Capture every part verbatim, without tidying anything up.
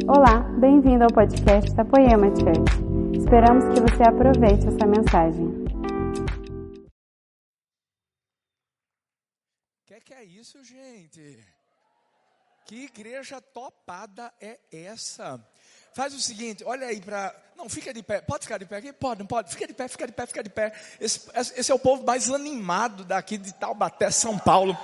Olá, bem-vindo ao podcast da Poema Church. Esperamos que você aproveite essa mensagem. O que, que é isso, gente? Que igreja topada é essa? Faz o seguinte, olha aí para... Não, fica de pé. Pode ficar de pé aqui? Pode, não pode? Fica de pé, fica de pé, fica de pé. Esse, esse é o povo mais animado daqui de Taubaté, São Paulo.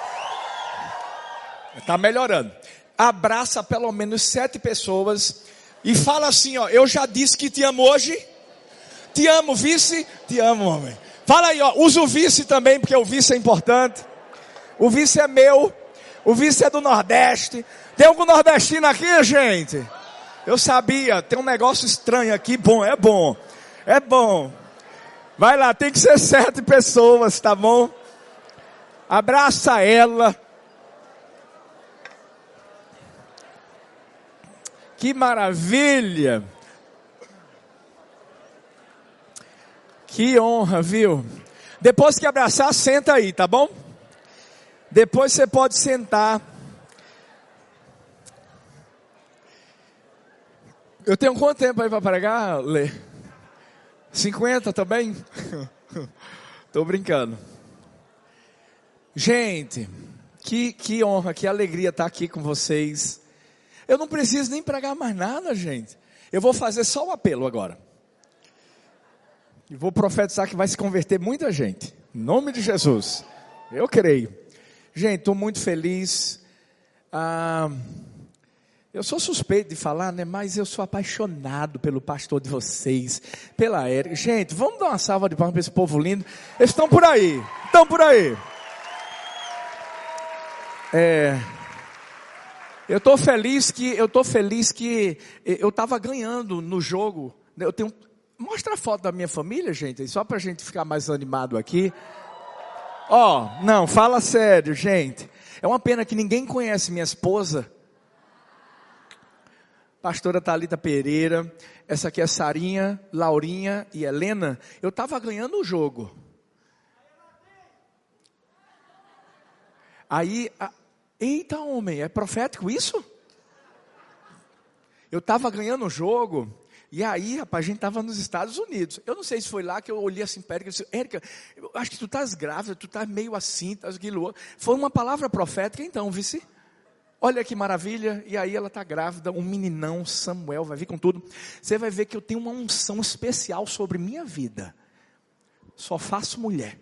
Está melhorando. Abraça pelo menos sete pessoas e fala assim, ó, eu já disse que te amo hoje. Te amo, vice. Te amo, homem. Fala aí, ó, usa o vice também, porque o vice é importante. O vice é meu. O vice é do Nordeste. Tem algum nordestino aqui, gente? Eu sabia, tem um negócio estranho aqui. Bom, é bom. É bom. Vai lá, tem que ser sete pessoas, tá bom? Abraça ela. Que maravilha. Que honra, viu? Depois que abraçar, senta aí, tá bom? Depois você pode sentar. Eu tenho quanto tempo aí para pregar, Lê? cinquenta também? Tô brincando. Gente, que, que honra, que alegria estar aqui com vocês. Eu não preciso nem pregar mais nada, gente. Eu vou fazer só o apelo agora. E vou profetizar que vai se converter muita gente. Em nome de Jesus. Eu creio. Gente, estou muito feliz. Ah, eu sou suspeito de falar, né? Mas eu sou apaixonado pelo pastor de vocês, pela Érica. Gente, vamos dar uma salva de palmas para esse povo lindo. Eles estão por aí. Estão por aí. É... Eu estou feliz que, eu estou feliz que eu estava ganhando no jogo. Eu tenho, mostra a foto da minha família, gente, só para a gente ficar mais animado aqui. Ó, oh, não, fala sério, gente. É uma pena que ninguém conhece minha esposa. Pastora Thalita Pereira. Essa aqui é Sarinha, Laurinha e Helena. Eu estava ganhando o jogo. Aí... A, Eita, homem, é profético isso? Eu estava ganhando o jogo, e aí, rapaz, a gente estava nos Estados Unidos. Eu não sei se foi lá que eu olhei assim para Érica e disse, Érica, eu acho que tu estás grávida, tu estás meio assim, estás aquilo. Foi uma palavra profética então, vice? Olha que maravilha, e aí ela está grávida, um meninão, Samuel, vai vir com tudo. Você vai ver que eu tenho uma unção especial sobre minha vida. Só faço mulher.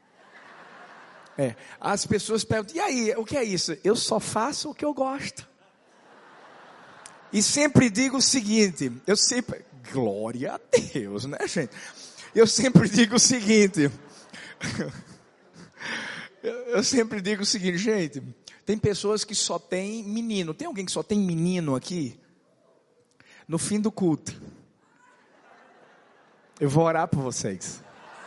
É, as pessoas perguntam, e aí, o que é isso? Eu só faço o que eu gosto. E sempre digo o seguinte, eu sempre, glória a Deus, né, gente? Eu sempre digo o seguinte, eu, eu sempre digo o seguinte, gente, tem pessoas que só tem menino, tem alguém que só tem menino aqui? No fim do culto, eu vou orar por vocês.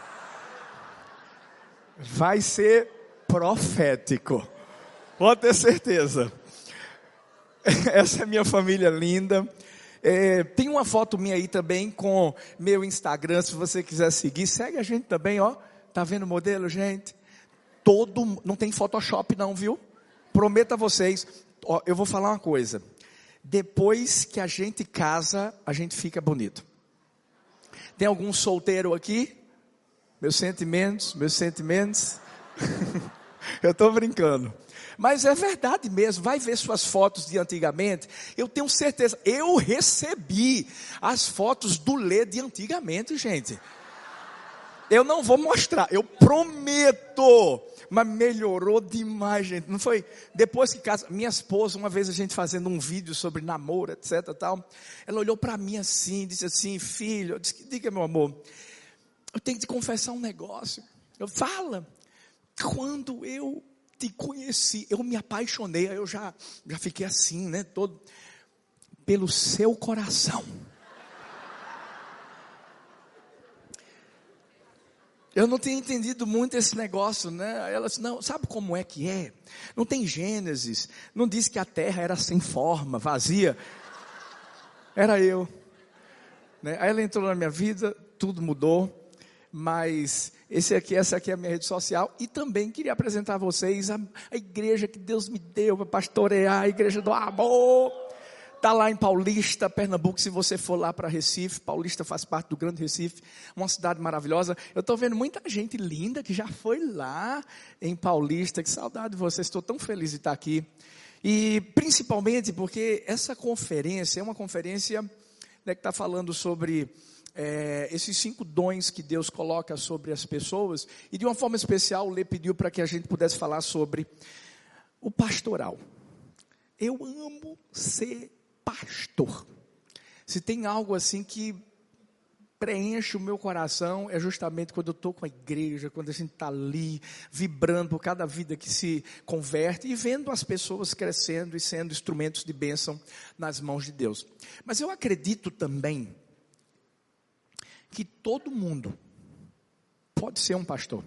Vai ser profético, pode ter certeza. Essa é minha família linda. É, tem uma foto minha aí também com meu Instagram, se você quiser seguir, segue a gente também, ó. Tá vendo o modelo, gente? Todo, não tem Photoshop não, viu? Prometo a vocês, ó, eu vou falar uma coisa. Depois que a gente casa, a gente fica bonito. Tem algum solteiro aqui? Meus sentimentos, meus sentimentos. Eu estou brincando. Mas é verdade mesmo. Vai ver suas fotos de antigamente. Eu tenho certeza. Eu recebi as fotos do Lê de antigamente, gente. Eu não vou mostrar. Eu prometo. Mas melhorou demais, gente. Não foi? Depois que casa... Minha esposa, uma vez a gente fazendo um vídeo sobre namoro, etc tal. Ela olhou para mim assim, disse assim, filho. Eu disse, diga, meu amor. Eu tenho que te confessar um negócio. Eu fala. Quando eu te conheci, eu me apaixonei. Eu já, já fiquei assim, né? Todo pelo seu coração. Eu não tinha entendido muito esse negócio, né? Ela disse, não, sabe como é que é? Não tem Gênesis. Não diz que a terra era sem forma, vazia. Era eu. Né? Aí ela entrou na minha vida, tudo mudou. Mas esse aqui, essa aqui é a minha rede social. E também queria apresentar a vocês a, a igreja que Deus me deu para pastorear, a igreja do amor. Está lá em Paulista, Pernambuco. Se você for lá para Recife, Paulista faz parte do Grande Recife, uma cidade maravilhosa. Eu estou vendo muita gente linda que já foi lá em Paulista. Que saudade de vocês, estou tão feliz de estar aqui. E principalmente porque essa conferência é uma conferência, né, que está falando sobre é, esses cinco dons que Deus coloca sobre as pessoas. E de uma forma especial, o Lê pediu para que a gente pudesse falar sobre o pastoral. Eu amo ser pastor. Se tem algo assim que preenche o meu coração, é justamente quando eu estou com a igreja, quando a gente está ali, vibrando por cada vida que se converte e vendo as pessoas crescendo e sendo instrumentos de bênção nas mãos de Deus. Mas eu acredito também que todo mundo pode ser um pastor.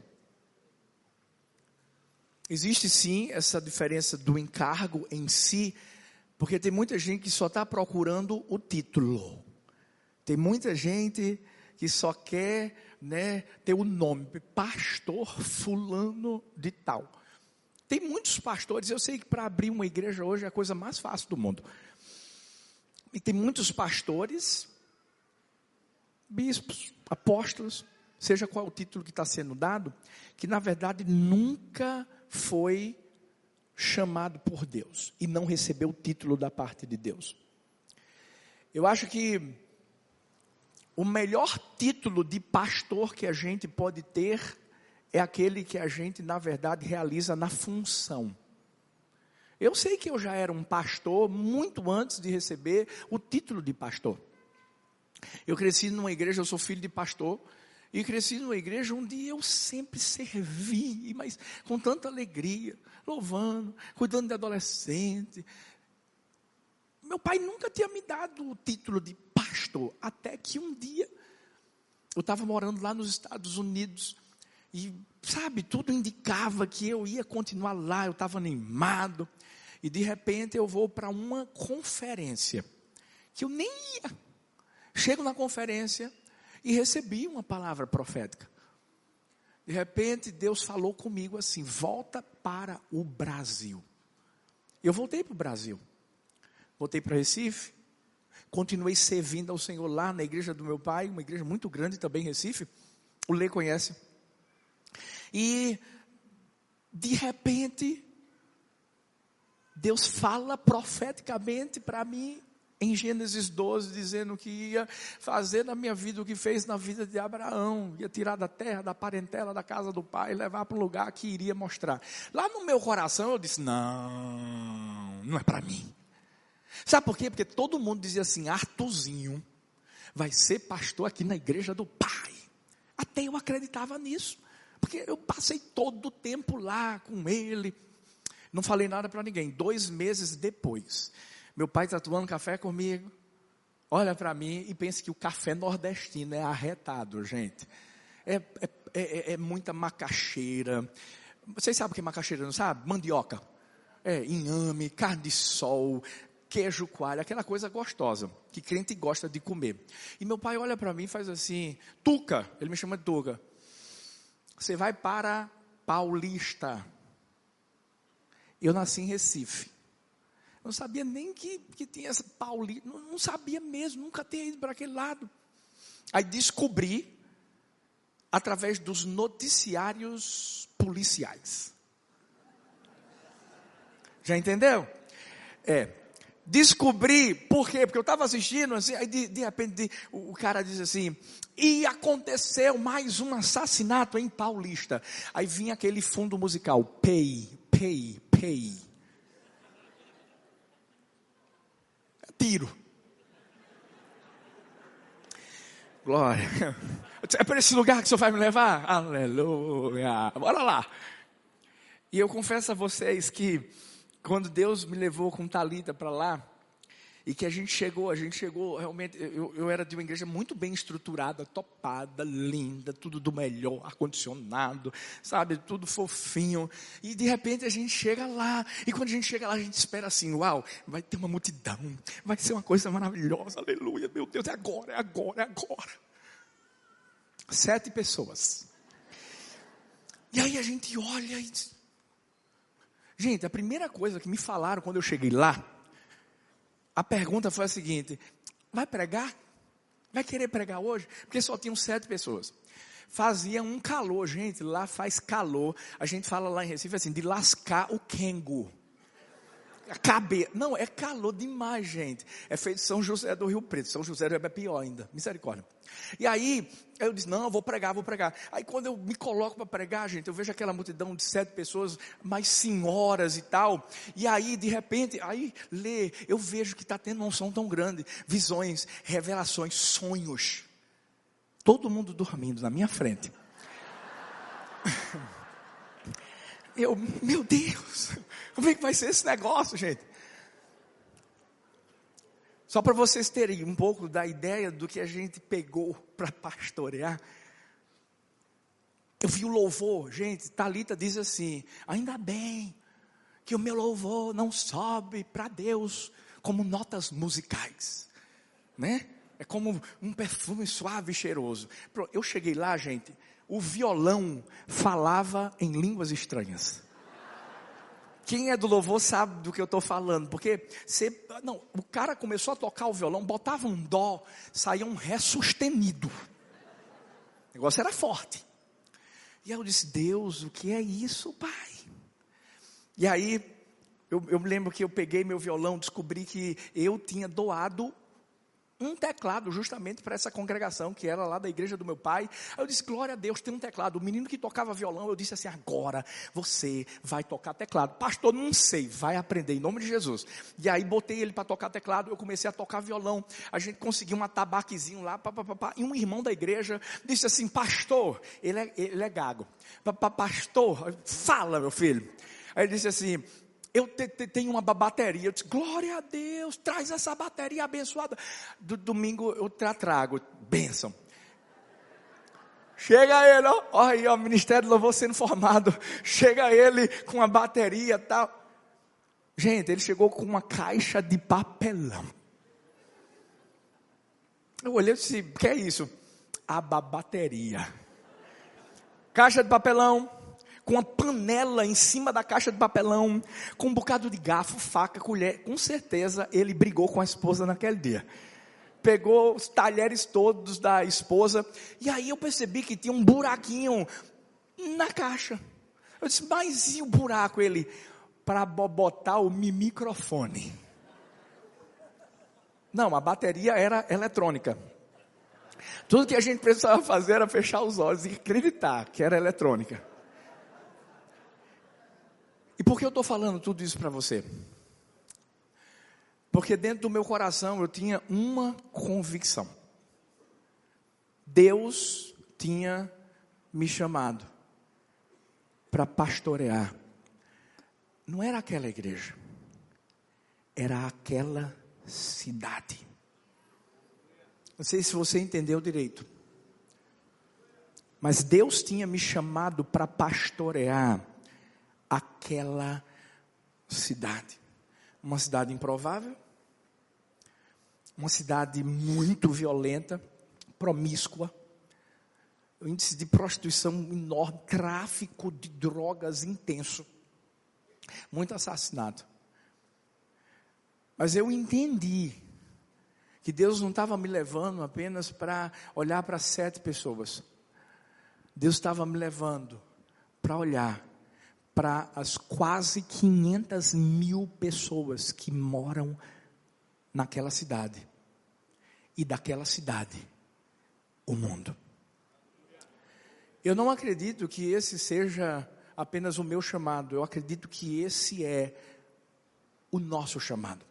Existe sim essa diferença do encargo em si, porque tem muita gente que só está procurando o título. Tem muita gente que só quer, né, ter o nome, pastor fulano de tal. Tem muitos pastores, eu sei que para abrir uma igreja hoje é a coisa mais fácil do mundo. E tem muitos pastores, bispos, apóstolos, seja qual o título que está sendo dado, que na verdade nunca foi chamado por Deus e não recebeu o título da parte de Deus. Eu acho que o melhor título de pastor que a gente pode ter é aquele que a gente na verdade realiza na função. Eu sei que eu já era um pastor muito antes de receber o título de pastor. Eu cresci numa igreja, eu sou filho de pastor, e cresci numa igreja onde eu sempre servi, mas com tanta alegria, louvando, cuidando de adolescente. Meu pai nunca tinha me dado o título de pastor, até que um dia, eu estava morando lá nos Estados Unidos, e sabe, tudo indicava que eu ia continuar lá, eu estava animado, e de repente eu vou para uma conferência, que eu nem ia. Chego na conferência, e recebi uma palavra profética. De repente, Deus falou comigo assim, volta para o Brasil. Eu voltei para o Brasil. Voltei para Recife. Continuei servindo ao Senhor lá na igreja do meu pai, uma igreja muito grande também em Recife. O Lê conhece. E, de repente, Deus fala profeticamente para mim, em Gênesis doze, dizendo que ia fazer na minha vida o que fez na vida de Abraão, ia tirar da terra, da parentela, da casa do pai, e levar para um lugar que iria mostrar. Lá no meu coração eu disse, não, não é para mim. Sabe por quê? Porque todo mundo dizia assim, Arthurzinho vai ser pastor aqui na igreja do pai. Até eu acreditava nisso, porque eu passei todo o tempo lá com ele, não falei nada para ninguém. Dois meses depois, meu pai está tomando café comigo, olha para mim e pensa que o café nordestino é arretado, gente. É, é, é, é muita macaxeira. Vocês sabem o que é macaxeira, não sabe? Mandioca. É, inhame, carne de sol, queijo coalho, aquela coisa gostosa, que crente gosta de comer. E meu pai olha para mim e faz assim, Tuca, ele me chama de Tuca. Você vai para Paulista. Eu nasci em Recife. Não sabia nem que, que tinha essa Paulista, não, não sabia mesmo, nunca tinha ido para aquele lado. Aí descobri, através dos noticiários policiais. Já entendeu? É, descobri, por quê? Porque eu estava assistindo, assim, aí de, de repente o, o cara diz assim, e aconteceu mais um assassinato em Paulista. Aí vinha aquele fundo musical, pay, pay, pay. Tiro. Glória. É para esse lugar que o Senhor vai me levar? Aleluia. Bora lá. E eu confesso a vocês que quando Deus me levou com Thalita para lá, e que a gente chegou, a gente chegou realmente, eu, eu era de uma igreja muito bem estruturada, topada, linda, tudo do melhor, ar-condicionado, sabe, tudo fofinho, e de repente a gente chega lá, e quando a gente chega lá a gente espera assim, uau, vai ter uma multidão, vai ser uma coisa maravilhosa, aleluia, meu Deus, é agora, é agora, é agora. Sete pessoas. E aí a gente olha e diz, gente, a primeira coisa que me falaram quando eu cheguei lá, a pergunta foi a seguinte: vai pregar? Vai querer pregar hoje? Porque só tinham sete pessoas. Fazia um calor, gente, lá faz calor. A gente fala lá em Recife assim, de lascar o quengo. A cabeça. Não, é calor demais, gente. É feito São José do Rio Preto. São José é pior ainda. Misericórdia. E aí, eu disse, não, eu vou pregar, vou pregar. Aí quando eu me coloco para pregar, gente, eu vejo aquela multidão de sete pessoas, mais senhoras e tal. E aí, de repente, aí, lê, eu vejo que está tendo uma unção tão grande. Visões, revelações, sonhos. Todo mundo dormindo na minha frente. Eu, meu Deus, como é que vai ser esse negócio, gente? Só para vocês terem um pouco da ideia do que a gente pegou para pastorear. Eu vi o louvor, gente, Thalita diz assim, ainda bem que o meu louvor não sobe para Deus como notas musicais, né? É como um perfume suave e cheiroso. Eu cheguei lá, gente, o violão falava em línguas estranhas. Quem é do louvor sabe do que eu estou falando, porque você, não, o cara começou a tocar o violão, botava um dó, saía um ré sustenido. O negócio era forte. E aí eu disse, Deus, o que é isso, Pai? E aí, eu, eu me lembro que eu peguei meu violão, descobri que eu tinha doado um teclado justamente para essa congregação que era lá da igreja do meu pai. Aí eu disse, glória a Deus, tem um teclado. O menino que tocava violão, eu disse assim, agora você vai tocar teclado. Pastor, não sei, vai aprender em nome de Jesus. E aí botei ele para tocar teclado, eu comecei a tocar violão. A gente conseguiu um atabaquezinho lá, pá, pá, pá, pá, e um irmão da igreja disse assim, pastor, ele é, ele é gago. Pastor, fala meu filho. Aí ele disse assim, eu te, te, tenho uma bateria. Eu disse, glória a Deus, traz essa bateria abençoada. Do domingo eu tra trago, bênção. Chega ele, ó, ó aí, ó, Ministério do Louvor sendo formado. Chega ele com a bateria e tal. Gente, ele chegou com uma caixa de papelão. Eu olhei e disse, o que é isso? A bateria. Caixa de papelão. Com uma panela em cima da caixa de papelão, com um bocado de garfo, faca, colher. Com certeza ele brigou com a esposa naquele dia. Pegou os talheres todos da esposa, e aí eu percebi que tinha um buraquinho na caixa. Eu disse, mas e o buraco? Ele, para botar o microfone. Não, a bateria era eletrônica. Tudo que a gente precisava fazer era fechar os olhos e acreditar que era eletrônica. E por que eu estou falando tudo isso para você? Porque dentro do meu coração eu tinha uma convicção. Deus tinha me chamado para pastorear. Não era aquela igreja. Era aquela cidade. Não sei se você entendeu direito. Mas Deus tinha me chamado para pastorear aquela cidade, uma cidade improvável, uma cidade muito violenta, promíscua, índice de prostituição enorme, tráfico de drogas intenso, muito assassinato. Mas eu entendi que Deus não estava me levando apenas para olhar para sete pessoas. Deus estava me levando para olhar para as quase quinhentas mil pessoas que moram naquela cidade. E daquela cidade, o mundo. Eu não acredito que esse seja apenas o meu chamado. Eu acredito que esse é o nosso chamado.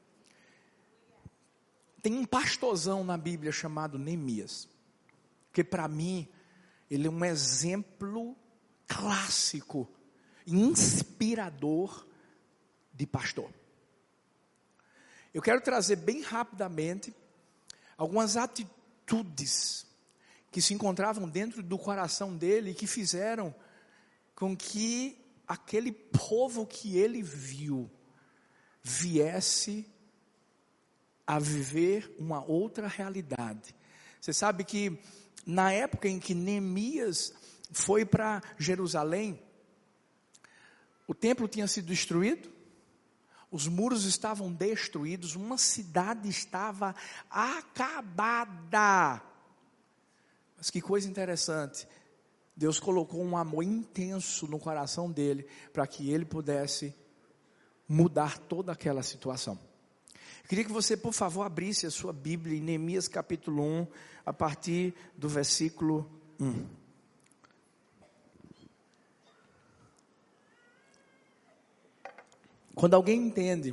Tem um pastorzão na Bíblia chamado Neemias. Que para mim, ele é um exemplo clássico, inspirador de pastor. Eu quero trazer bem rapidamente algumas atitudes que se encontravam dentro do coração dele e que fizeram com que aquele povo que ele viu viesse a viver uma outra realidade. Você sabe que na época em que Neemias foi para Jerusalém, o templo tinha sido destruído, Os muros estavam destruídos, uma cidade estava acabada. Mas que coisa interessante, Deus colocou um amor intenso no coração dele, para que ele pudesse mudar toda aquela situação. Eu queria que você, por favor, abrisse a sua Bíblia em Neemias capítulo um, a partir do versículo um. Quando alguém entende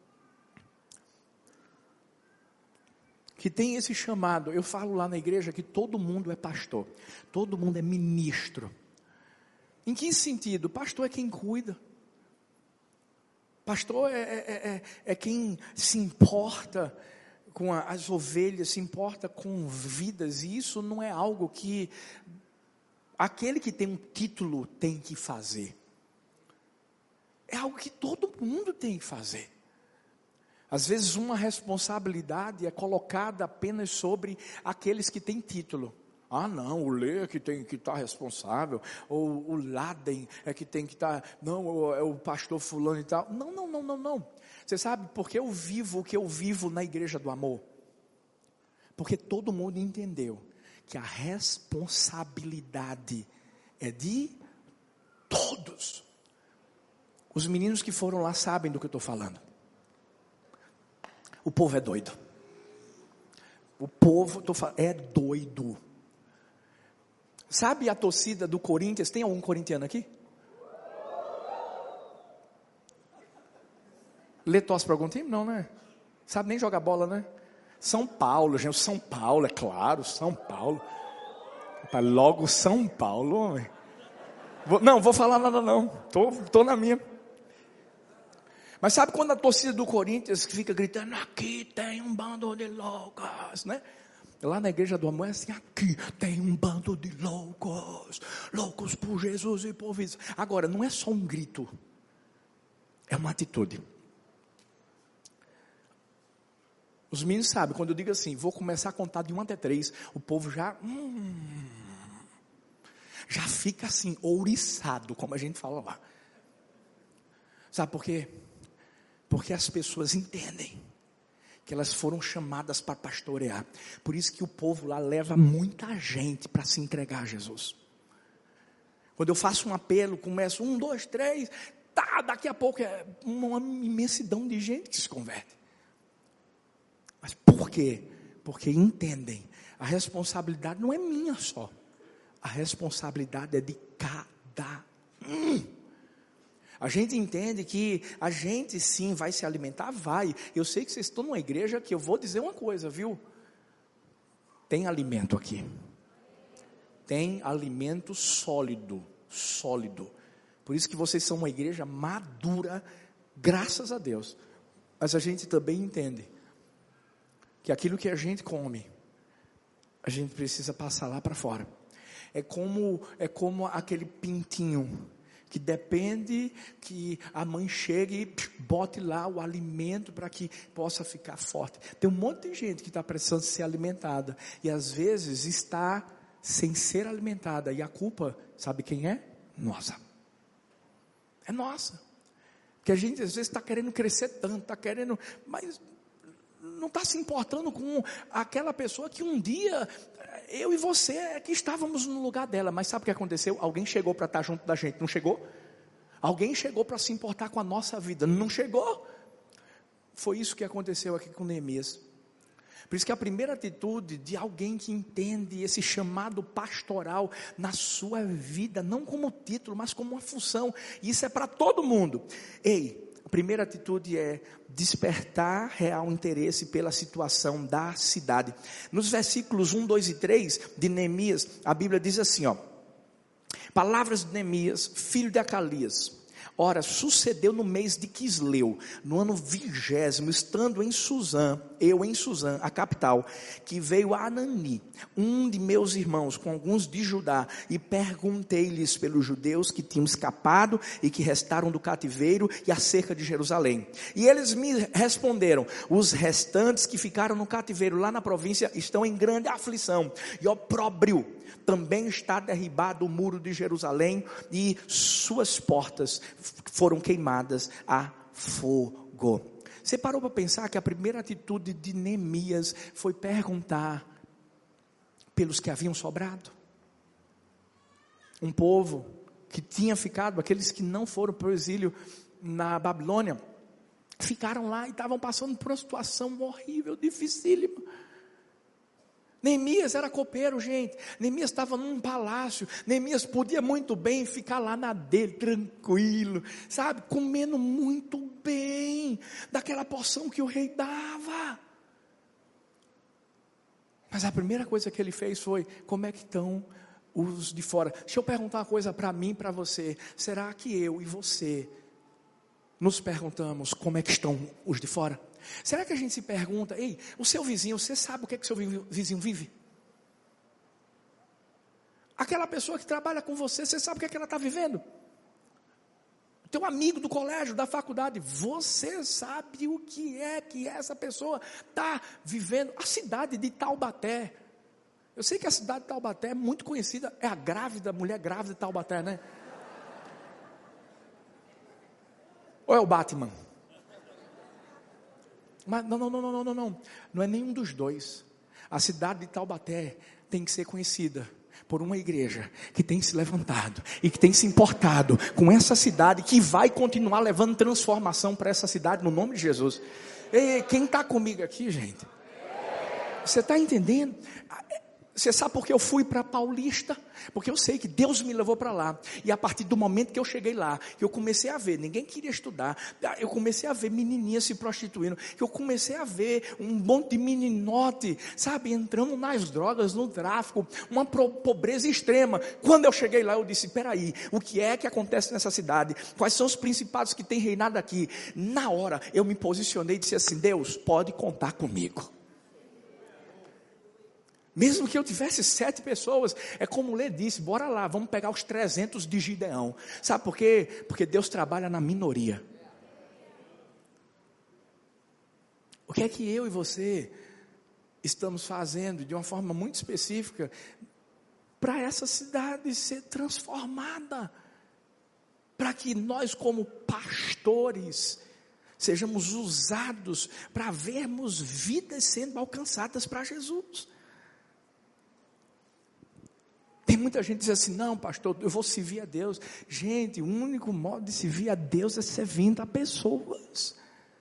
que tem esse chamado, eu falo lá na igreja que todo mundo é pastor, todo mundo é ministro. Em que sentido? Pastor é quem cuida. Pastor é, é, é, é quem se importa com a, as ovelhas, se importa com vidas, e isso não é algo que aquele que tem um título tem que fazer. É algo que todo mundo tem que fazer. Às vezes uma responsabilidade é colocada apenas sobre aqueles que têm título. Ah não, o Lê é que tem que estar responsável, ou o Laden é que tem que estar, não, é o pastor fulano e tal. Não, não, não, não, não. Você sabe por que eu vivo o que eu vivo na igreja do amor? Porque todo mundo entendeu que a responsabilidade é de todos. Os meninos que foram lá sabem do que eu estou falando. O povo é doido. O povo tô falando, é doido. Sabe a torcida do Corinthians? Tem algum corintiano aqui? Lê torce para algum time? Não, né? Sabe nem jogar bola, né? São Paulo, gente. São Paulo, é claro. São Paulo. Logo São Paulo, homem. Vou, não, vou falar nada não. Tô, tô na minha. Mas sabe quando a torcida do Corinthians fica gritando, aqui tem um bando de loucos, né? Lá na igreja do amor é assim, aqui tem um bando de loucos, loucos por Jesus e por vida. Agora, não é só um grito, é uma atitude. Os meninos sabem, quando eu digo assim, vou começar a contar de um até três, o povo já, hum, já fica assim, ouriçado, como a gente fala lá. Sabe por quê? Porque as pessoas entendem que elas foram chamadas para pastorear. Por isso que o povo lá leva muita gente para se entregar a Jesus. Quando eu faço um apelo, começo um, dois, três, tá, daqui a pouco é uma imensidão de gente que se converte. Mas por quê? Porque entendem, a responsabilidade não é minha só. A responsabilidade é de cada um. A gente entende que a gente sim vai se alimentar, vai. Eu sei que vocês estão numa igreja que eu vou dizer uma coisa, viu? Tem alimento aqui. Tem alimento sólido, sólido. Por isso que vocês são uma igreja madura, graças a Deus. Mas a gente também entende que aquilo que a gente come, a gente precisa passar lá para fora. É como, é como aquele pintinho que depende que a mãe chegue e bote lá o alimento para que possa ficar forte. Tem um monte de gente que está precisando ser alimentada e às vezes está sem ser alimentada, e a culpa, sabe quem é? Nossa. É nossa. Porque a gente às vezes está querendo crescer tanto, está querendo, mas não está se importando com aquela pessoa que um dia eu e você é que estávamos no lugar dela. Mas sabe o que aconteceu? Alguém chegou para estar junto da gente, não chegou? Alguém chegou para se importar com a nossa vida, não chegou? Foi isso que aconteceu aqui com Neemias. Por isso que a primeira atitude de alguém que entende esse chamado pastoral na sua vida, não como título, mas como uma função, e isso é para todo mundo. Ei, a primeira atitude é despertar real interesse pela situação da cidade. Nos versículos um, dois e três de Neemias, a Bíblia diz assim, ó: palavras de Neemias, filho de Acalias. Ora, sucedeu no mês de Quisleu, no ano vigésimo, estando em Suzã, eu em Suzã, a capital, que veio Anani, um de meus irmãos, com alguns de Judá, e perguntei-lhes pelos judeus que tinham escapado e que restaram do cativeiro e acerca de Jerusalém. E eles me responderam: os restantes que ficaram no cativeiro lá na província estão em grande aflição e opróbrio. Também está derribado o muro de Jerusalém e suas portas foram queimadas a fogo. Você parou para pensar que a primeira atitude de Neemias foi perguntar pelos que haviam sobrado? Um povo que tinha ficado, aqueles que não foram para o exílio na Babilônia, ficaram lá e estavam passando por uma situação horrível, dificílima. Neemias era copeiro, gente. Neemias estava num palácio. Neemias podia muito bem ficar lá na dele, tranquilo, sabe, comendo muito bem daquela porção que o rei dava. Mas a primeira coisa que ele fez foi: como é que estão os de fora? Deixa eu perguntar uma coisa para mim e para você. Será que eu e você nos perguntamos como é que estão os de fora? Será que a gente se pergunta: ei, o seu vizinho, você sabe o que é que o seu vizinho vive? Aquela pessoa que trabalha com você, você sabe o que é que ela está vivendo? O teu amigo do colégio, da faculdade, você sabe o que é que essa pessoa está vivendo? A cidade de Taubaté, eu sei que a cidade de Taubaté é muito conhecida, é a grávida, a mulher grávida de Taubaté, né? Ou é o Batman? Mas não, não, não, não, não, não, não é nenhum dos dois. A cidade de Taubaté tem que ser conhecida por uma igreja que tem se levantado e que tem se importado com essa cidade, que vai continuar levando transformação para essa cidade no nome de Jesus. Ei, quem está comigo aqui, gente? Você está entendendo? Você sabe por que eu fui para Paulista? Porque eu sei que Deus me levou para lá. E a partir do momento que eu cheguei lá, que eu comecei a ver, ninguém queria estudar, eu comecei a ver menininhas se prostituindo, que eu comecei a ver um monte de meninote, sabe, entrando nas drogas, no tráfico, uma pobreza extrema. Quando eu cheguei lá, eu disse: peraí, o que é que acontece nessa cidade? Quais são os principados que têm reinado aqui? Na hora, eu me posicionei e disse assim: Deus, pode contar comigo. Mesmo que eu tivesse sete pessoas, é como o Lê disse: bora lá, vamos pegar os trezentos de Gideão. Sabe por quê? Porque Deus trabalha na minoria. O que é que eu e você estamos fazendo de uma forma muito específica para essa cidade ser transformada? Para que nós, como pastores, sejamos usados para vermos vidas sendo alcançadas para Jesus. Tem muita gente que diz assim: não, pastor, eu vou servir a Deus. Gente, o único modo de servir a Deus é servindo a pessoas.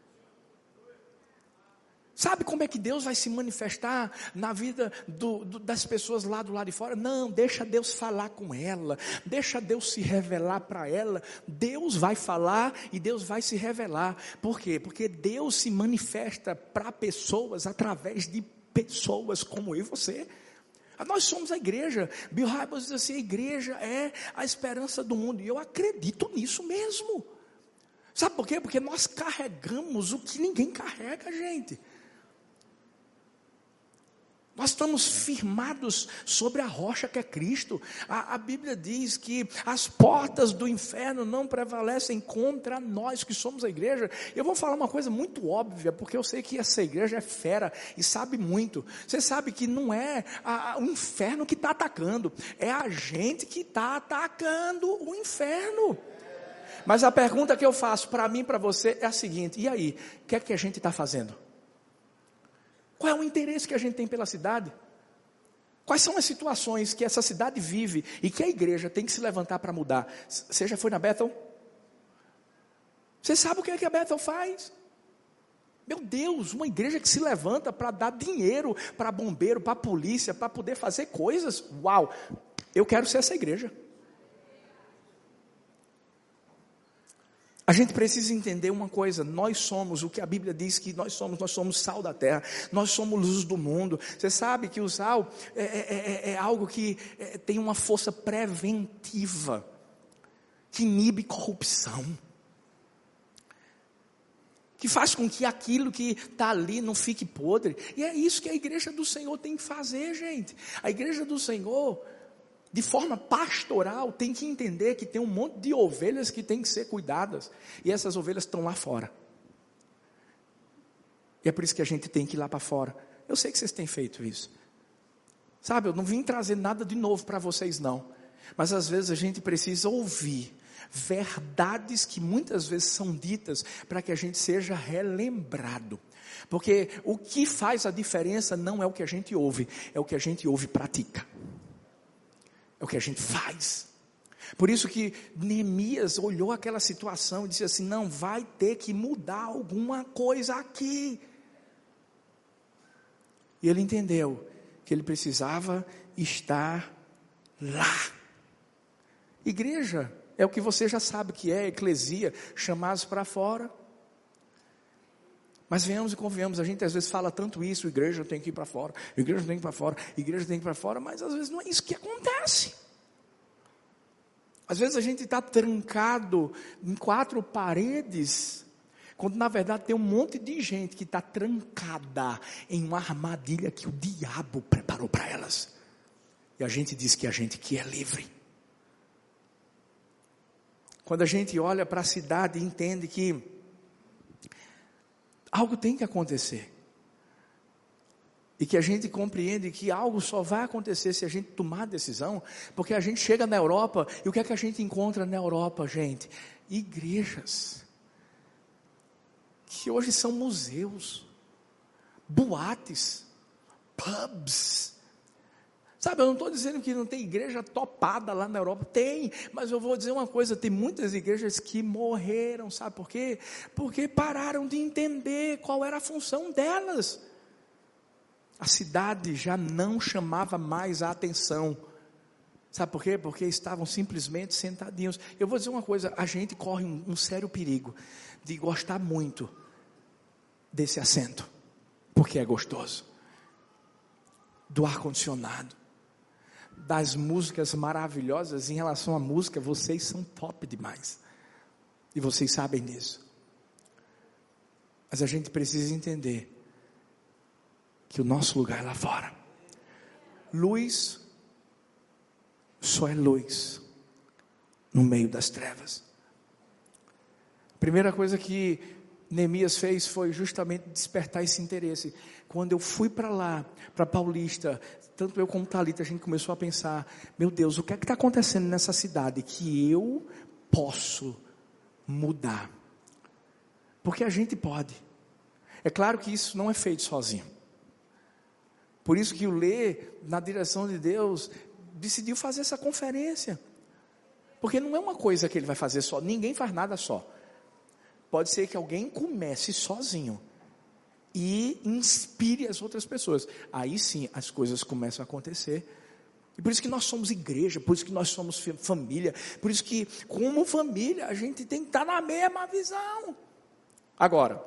Sabe como é que Deus vai se manifestar na vida do, do, das pessoas lá do lado de fora? Não, deixa Deus falar com ela, deixa Deus se revelar para ela. Deus vai falar e Deus vai se revelar. Por quê? Porque Deus se manifesta para pessoas através de pessoas como eu e você. Nós somos a igreja. Bill Hybels diz assim: a igreja é a esperança do mundo. E eu acredito nisso mesmo. Sabe por quê? Porque nós carregamos o que ninguém carrega, gente. Nós estamos firmados sobre a rocha que é Cristo. A, a Bíblia diz que as portas do inferno não prevalecem contra nós que somos a igreja. Eu vou falar uma coisa muito óbvia, porque eu sei que essa igreja é fera e sabe muito. Você sabe que não é a, a, o inferno que está atacando, é a gente que está atacando o inferno. Mas a pergunta que eu faço para mim e para você é a seguinte: e aí, o que é que a gente está fazendo? Qual é o interesse que a gente tem pela cidade? Quais são as situações que essa cidade vive e que a igreja tem que se levantar para mudar? Você já foi na Bethel? Você sabe o que é que a Bethel faz? Meu Deus, uma igreja que se levanta para dar dinheiro para bombeiro, para polícia, para poder fazer coisas. Uau, eu quero ser essa igreja. A gente precisa entender uma coisa: nós somos o que a Bíblia diz que nós somos. Nós somos sal da terra, nós somos luz do mundo. Você sabe que o sal é, é, é, é algo que é, tem uma força preventiva, que inibe corrupção, que faz com que aquilo que está ali não fique podre. E é isso que a igreja do Senhor tem que fazer, gente. A igreja do Senhor, de forma pastoral, tem que entender que tem um monte de ovelhas que tem que ser cuidadas, e essas ovelhas estão lá fora, e é por isso que a gente tem que ir lá para fora. Eu sei que vocês têm feito isso, sabe, eu não vim trazer nada de novo para vocês não, mas às vezes a gente precisa ouvir Verdades que muitas vezes são ditas para que a gente seja relembrado. Porque o que faz a diferença não é o que a gente ouve, é o que a gente ouve e pratica. É o que a gente faz. Por isso que Neemias olhou aquela situação e disse assim, não, vai ter que mudar alguma coisa aqui. E ele entendeu que ele precisava estar lá. Igreja é o que você já sabe que é, eclesia, chamados para fora. Mas venhamos e convenhamos, a gente às vezes fala tanto isso, igreja tem que ir para fora, igreja tem que ir para fora, igreja tem que ir para fora, mas às vezes não é isso que acontece. Às vezes a gente está trancado em quatro paredes, quando na verdade tem um monte de gente que está trancada em uma armadilha que o diabo preparou para elas. E a gente diz que a gente que é livre. Quando a gente olha para a cidade e entende que algo tem que acontecer. E que a gente compreende que algo só vai acontecer se a gente tomar decisão, porque a gente chega na Europa, e o que é que a gente encontra na Europa, gente? Igrejas, que hoje são museus, boates, pubs. Sabe, eu não estou dizendo que não tem igreja topada lá na Europa, tem, mas eu vou dizer uma coisa, tem muitas igrejas que morreram, sabe por quê? Porque pararam de entender qual era a função delas. A cidade já não chamava mais a atenção. Sabe por quê? Porque estavam simplesmente sentadinhos. Eu vou dizer uma coisa, a gente corre um, um sério perigo de gostar muito desse assento, porque é gostoso. Do ar-condicionado, das músicas maravilhosas. Em relação à música, vocês são top demais. E vocês sabem disso. Mas a gente precisa entender que o nosso lugar é lá fora. Luz só é luz no meio das trevas. A primeira coisa que Neemias fez foi justamente despertar esse interesse. Quando eu fui para lá, para Paulista, tanto eu como Thalita, a gente começou a pensar, meu Deus, o que é que está acontecendo nessa cidade que eu posso mudar? Porque a gente pode. É claro que isso não é feito sozinho. Por isso que o Lê, na direção de Deus, decidiu fazer essa conferência. Porque não é uma coisa que ele vai fazer só, ninguém faz nada só. Pode ser que alguém comece sozinho e inspire as outras pessoas. Aí sim as coisas começam a acontecer. E por isso que nós somos igreja, por isso que nós somos família, por isso que como família a gente tem que estar na mesma visão. Agora,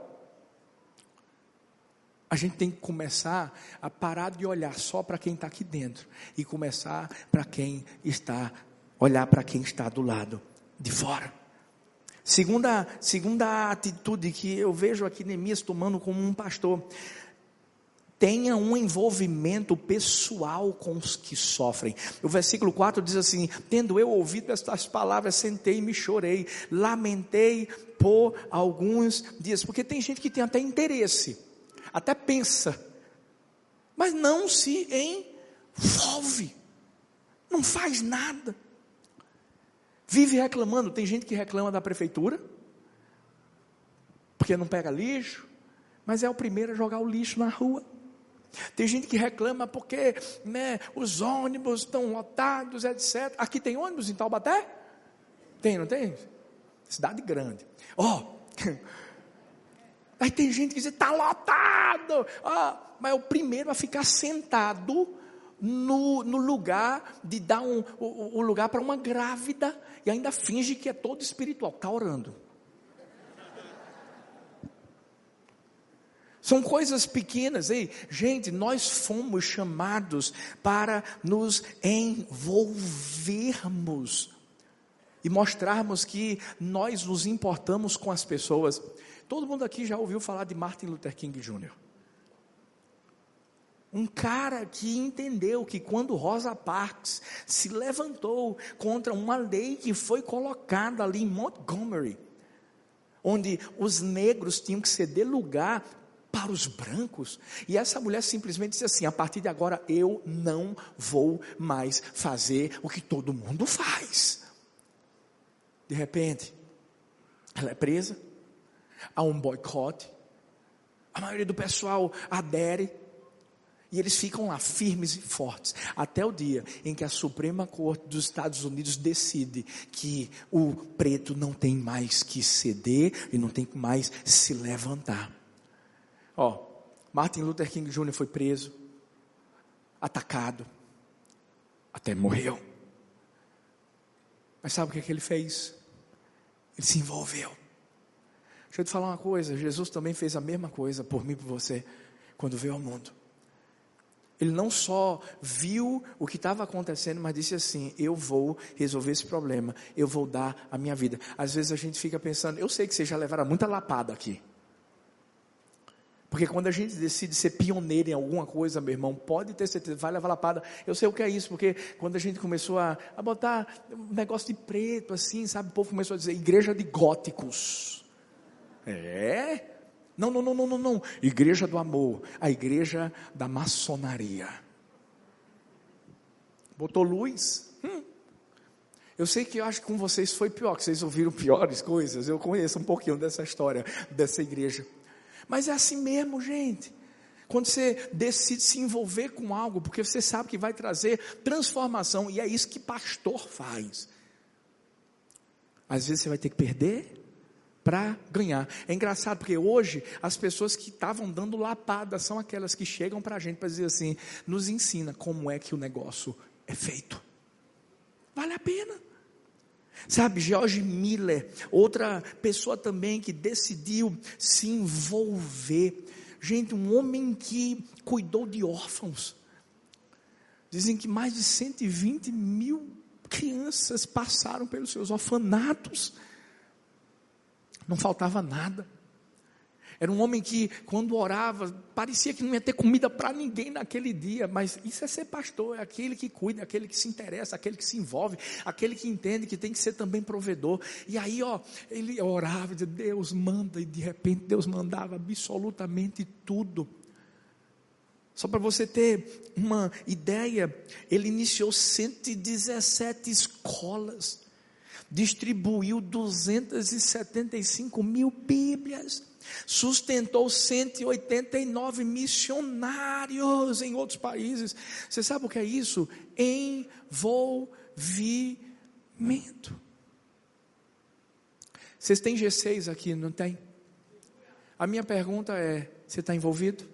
a gente tem que começar a parar de olhar só para quem está aqui dentro e começar para quem está, olhar para quem está do lado de fora. Segunda, segunda atitude que eu vejo aqui Neemias tomando como um pastor: tenha um envolvimento pessoal com os que sofrem. O versículo quatro diz assim: tendo eu ouvido estas palavras, sentei e me chorei, lamentei por alguns dias. Porque tem gente que tem até interesse, até pensa, mas não se envolve, não faz nada, vive reclamando. Tem gente que reclama da prefeitura, porque não pega lixo, mas é o primeiro a jogar o lixo na rua. Tem gente que reclama porque, né, os ônibus estão lotados, etcétera. Aqui tem ônibus em Taubaté? Tem, não tem? Cidade grande. Ó, oh, aí tem gente que diz, está lotado, ah, mas é o primeiro a ficar sentado no, no lugar de dar um, o, o lugar para uma grávida, e ainda finge que é todo espiritual, está orando. São coisas pequenas. Ei, gente, nós fomos chamados para nos envolvermos e mostrarmos que nós nos importamos com as pessoas. Todo mundo aqui já ouviu falar de Martin Luther King Júnior Um cara que entendeu que quando Rosa Parks se levantou contra uma lei que foi colocada ali em Montgomery, onde os negros tinham que ceder lugar para os brancos, e essa mulher simplesmente disse assim: a partir de agora eu não vou mais fazer o que todo mundo faz. De repente, ela é presa, há um boicote, a maioria do pessoal adere, e eles ficam lá firmes e fortes, até o dia em que a Suprema Corte dos Estados Unidos decide que o preto não tem mais que ceder, e não tem mais se levantar. Ó, Martin Luther King Júnior foi preso, atacado, até morreu. Mas sabe o que, é que ele fez? Ele se envolveu. Deixa eu te falar uma coisa, Jesus também fez a mesma coisa por mim e por você, quando veio ao mundo. Ele não só viu o que estava acontecendo, mas disse assim, eu vou resolver esse problema, eu vou dar a minha vida. Às vezes a gente fica pensando, eu sei que vocês já levaram muita lapada aqui. Porque quando a gente decide ser pioneiro em alguma coisa, meu irmão, pode ter certeza, vai levar lapada. Eu sei o que é isso, porque quando a gente começou a, a botar um negócio de preto, assim, sabe, o povo começou a dizer, igreja de góticos. É? Não, não, não, não, não, não. Igreja do amor, a igreja da maçonaria. Botou luz. Hum. Eu sei que eu acho que com vocês foi pior, que vocês ouviram piores coisas. Eu conheço um pouquinho dessa história, dessa igreja. Mas é assim mesmo, gente. Quando você decide se envolver com algo, porque você sabe que vai trazer transformação, e é isso que pastor faz. Às vezes você vai ter que perder para ganhar. É engraçado porque hoje as pessoas que estavam dando lapada são aquelas que chegam para a gente para dizer assim, nos ensina como é que o negócio é feito. Vale a pena. Sabe, George Miller, outra pessoa também que decidiu se envolver. Gente, um homem que cuidou de órfãos. Dizem que mais de cento e vinte mil crianças passaram pelos seus orfanatos. Não faltava nada. Era um homem que, quando orava, parecia que não ia ter comida para ninguém naquele dia. Mas isso é ser pastor, é aquele que cuida, é aquele que se interessa, aquele que se envolve, aquele que entende que tem que ser também provedor. E aí, ó, ele orava, dizia, Deus manda, e de repente Deus mandava absolutamente tudo. Só para você ter uma ideia, ele iniciou cento e dezessete escolas, distribuiu duzentas e setenta e cinco mil Bíblias, sustentou cento e oitenta e nove missionários em outros países. Você sabe o que é isso? Envolvimento. Vocês têm G seis aqui, não tem? A minha pergunta é, você está envolvido?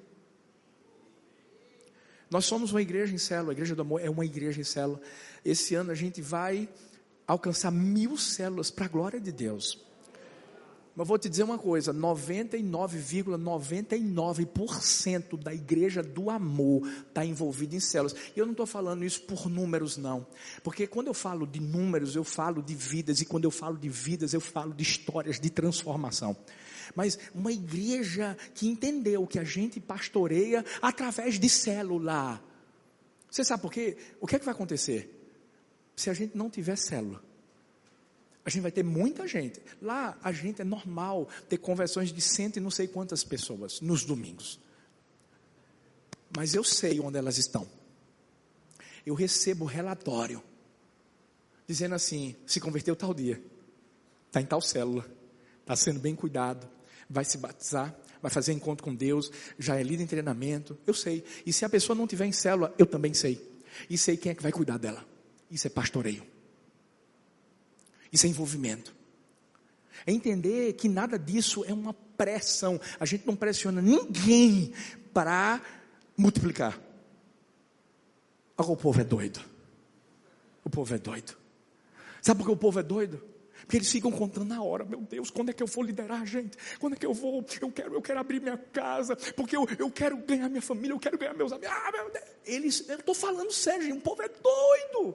Nós somos uma igreja em célula, a Igreja do Amor é uma igreja em célula. Esse ano a gente vai alcançar mil células para a glória de Deus. Mas vou te dizer uma coisa, noventa e nove vírgula noventa e nove por cento da Igreja do Amor está envolvida em células. E eu não estou falando isso por números não, porque quando eu falo de números, eu falo de vidas, e quando eu falo de vidas, eu falo de histórias de transformação. Mas uma igreja que entendeu que a gente pastoreia através de célula. Você sabe por quê? O que é que vai acontecer? Se a gente não tiver célula, a gente vai ter muita gente. Lá a gente é normal ter conversões de cento e não sei quantas pessoas nos domingos. Mas eu sei onde elas estão. Eu recebo relatório dizendo assim, se converteu tal dia, está em tal célula, está sendo bem cuidado, vai se batizar, vai fazer encontro com Deus, já é líder em treinamento. Eu sei. E se a pessoa não tiver em célula, eu também sei. E sei quem é que vai cuidar dela. Isso é pastoreio. Isso é envolvimento. É entender que nada disso é uma pressão. A gente não pressiona ninguém para multiplicar. Agora o povo é doido. O povo é doido. Sabe por que o povo é doido? Porque eles ficam contando na hora, meu Deus, quando é que eu vou liderar, gente? Quando é que eu vou? Eu quero, eu quero abrir minha casa, porque eu, eu quero ganhar minha família, eu quero ganhar meus amigos. Ah, meu Deus. Eles, eu estou falando sério, gente, o povo é doido.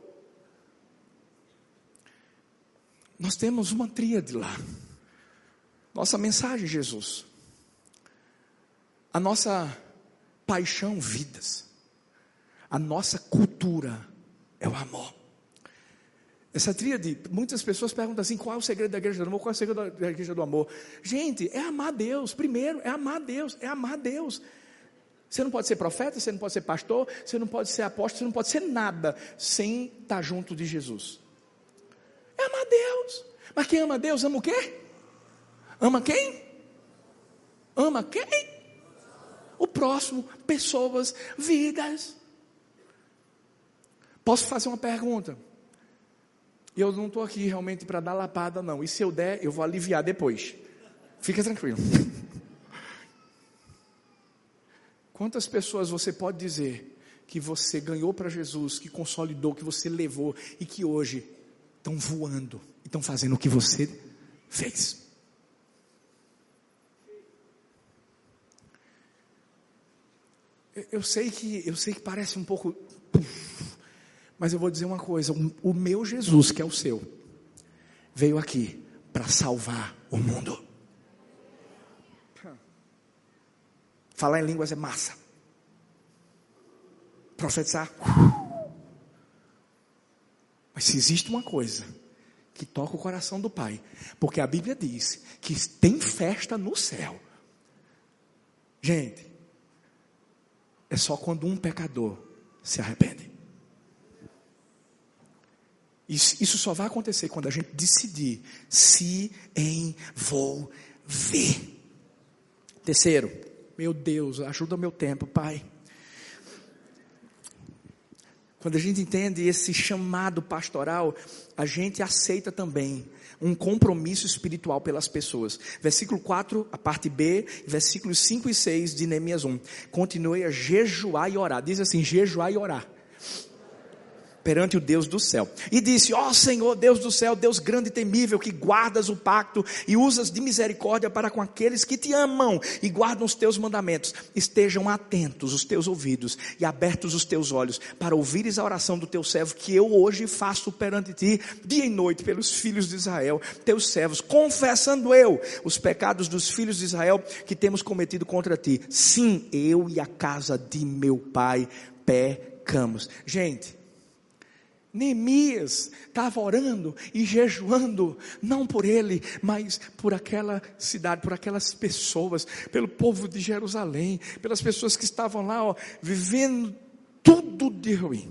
Nós temos uma tríade lá. Nossa mensagem, Jesus. A nossa paixão, vidas. A nossa cultura é o amor. Essa tríade, muitas pessoas perguntam assim, qual é o segredo da igreja do amor? Qual é o segredo da igreja do amor? Gente, é amar Deus. Primeiro, é amar Deus. É amar Deus. Você não pode ser profeta, você não pode ser pastor, você não pode ser apóstolo, você não pode ser nada sem estar junto de Jesus. É amar Deus. Mas quem ama Deus, ama o quê? Ama quem? Ama quem? O próximo, pessoas, vidas. Posso fazer uma pergunta? Eu não estou aqui realmente para dar lapada não. E se eu der, eu vou aliviar depois. Fica tranquilo. Quantas pessoas você pode dizer que você ganhou para Jesus, que consolidou, que você levou e que hoje estão voando e estão fazendo o que você fez? Eu sei que, eu sei que parece um pouco, mas eu vou dizer uma coisa, o meu Jesus, que é o seu, veio aqui para salvar o mundo. Falar em línguas é massa. Profetizar. Mas se existe uma coisa que toca o coração do Pai, porque a Bíblia diz que tem festa no céu. Gente, é só quando um pecador se arrepende. Isso, isso só vai acontecer quando a gente decidir se envolver. Terceiro, meu Deus, ajuda o meu tempo, Pai. Quando a gente entende esse chamado pastoral, a gente aceita também um compromisso espiritual pelas pessoas. Versículo quatro, a parte B, versículos cinco e seis de Neemias um. Continue a jejuar e orar. Diz assim, jejuar e orar perante o Deus do céu. E disse, ó Senhor, Deus do céu, Deus grande e temível, que guardas o pacto e usas de misericórdia para com aqueles que te amam e guardam os teus mandamentos. Estejam atentos os teus ouvidos e abertos os teus olhos para ouvires a oração do teu servo que eu hoje faço perante ti, dia e noite, pelos filhos de Israel, teus servos, confessando eu os pecados dos filhos de Israel que temos cometido contra ti. Sim, eu e a casa de meu pai pecamos. Gente, Neemias estava orando e jejuando, não por ele, mas por aquela cidade, por aquelas pessoas, pelo povo de Jerusalém, pelas pessoas que estavam lá, ó, vivendo tudo de ruim.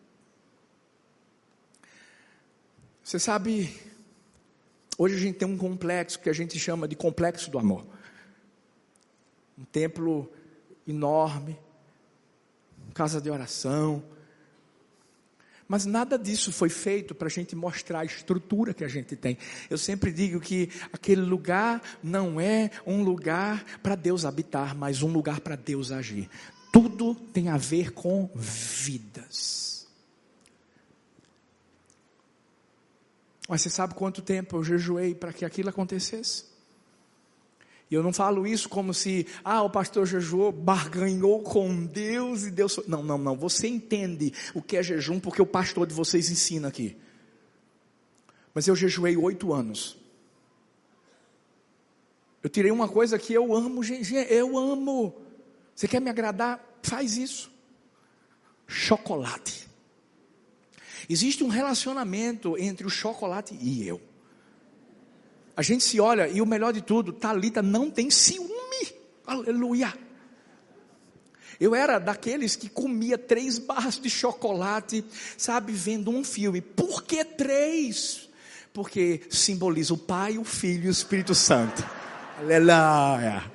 Você sabe, hoje a gente tem um complexo que a gente chama de complexo do amor. Um templo enorme, casa de oração. Mas nada disso foi feito para a gente mostrar a estrutura que a gente tem. Eu sempre digo que aquele lugar não é um lugar para Deus habitar, mas um lugar para Deus agir. Tudo tem a ver com vidas. Mas você sabe quanto tempo eu jejuei para que aquilo acontecesse? E eu não falo isso como se, ah, o pastor jejuou, barganhou com Deus e Deus... Não, não, não, você entende o que é jejum porque o pastor de vocês ensina aqui. Mas eu jejuei oito anos. Eu tirei uma coisa que eu amo, gente, eu amo. Você quer me agradar? Faz isso. Chocolate. Existe um relacionamento entre o chocolate e eu. A gente se olha e o melhor de tudo, Thalita não tem ciúme. Aleluia. Eu era daqueles que comia três barras de chocolate, sabe, vendo um filme. Por que três? Porque simboliza o Pai, o Filho e o Espírito Santo. Aleluia.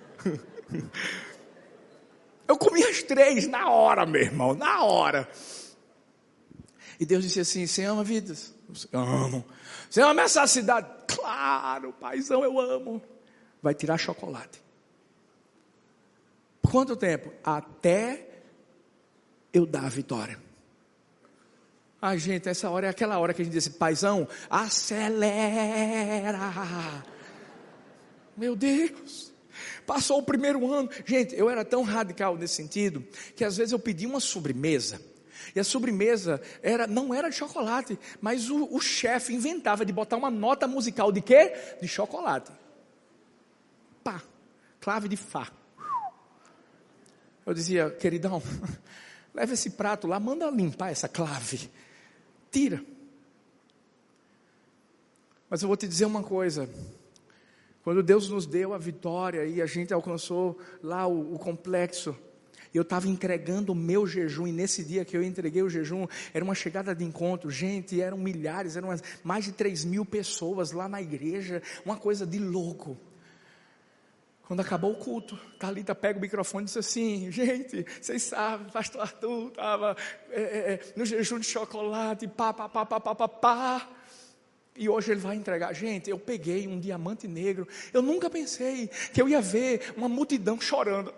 Eu comia as três na hora, meu irmão, na hora. E Deus disse assim, você ama vidas? Eu amo. Você ama essa cidade? Claro, paizão, eu amo. Vai tirar chocolate. Por quanto tempo? Até eu dar a vitória. Ah, gente, essa hora é aquela hora que a gente diz assim, paizão, acelera. Meu Deus. Passou o primeiro ano. Gente, eu era tão radical nesse sentido, que às vezes eu pedia uma sobremesa. E a sobremesa era, não era de chocolate, mas o, o chefe inventava de botar uma nota musical de quê? De chocolate. Pá, clave de Fá. Eu dizia, queridão, leva esse prato lá, manda limpar essa clave. Tira. Mas eu vou te dizer uma coisa. Quando Deus nos deu a vitória e a gente alcançou lá o, o complexo, Eu estava entregando o meu jejum, e nesse dia que eu entreguei o jejum, era uma chegada de encontro, gente, eram milhares, eram mais de três mil pessoas lá na igreja, uma coisa de louco. Quando acabou o culto, Thalita pega o microfone e diz assim: gente, vocês sabem, pastor Arthur estava é, é, no jejum de chocolate, pá, pá, pá, pá, pá, pá, pá. E hoje ele vai entregar. Gente, eu peguei um diamante negro, eu nunca pensei que eu ia ver uma multidão chorando.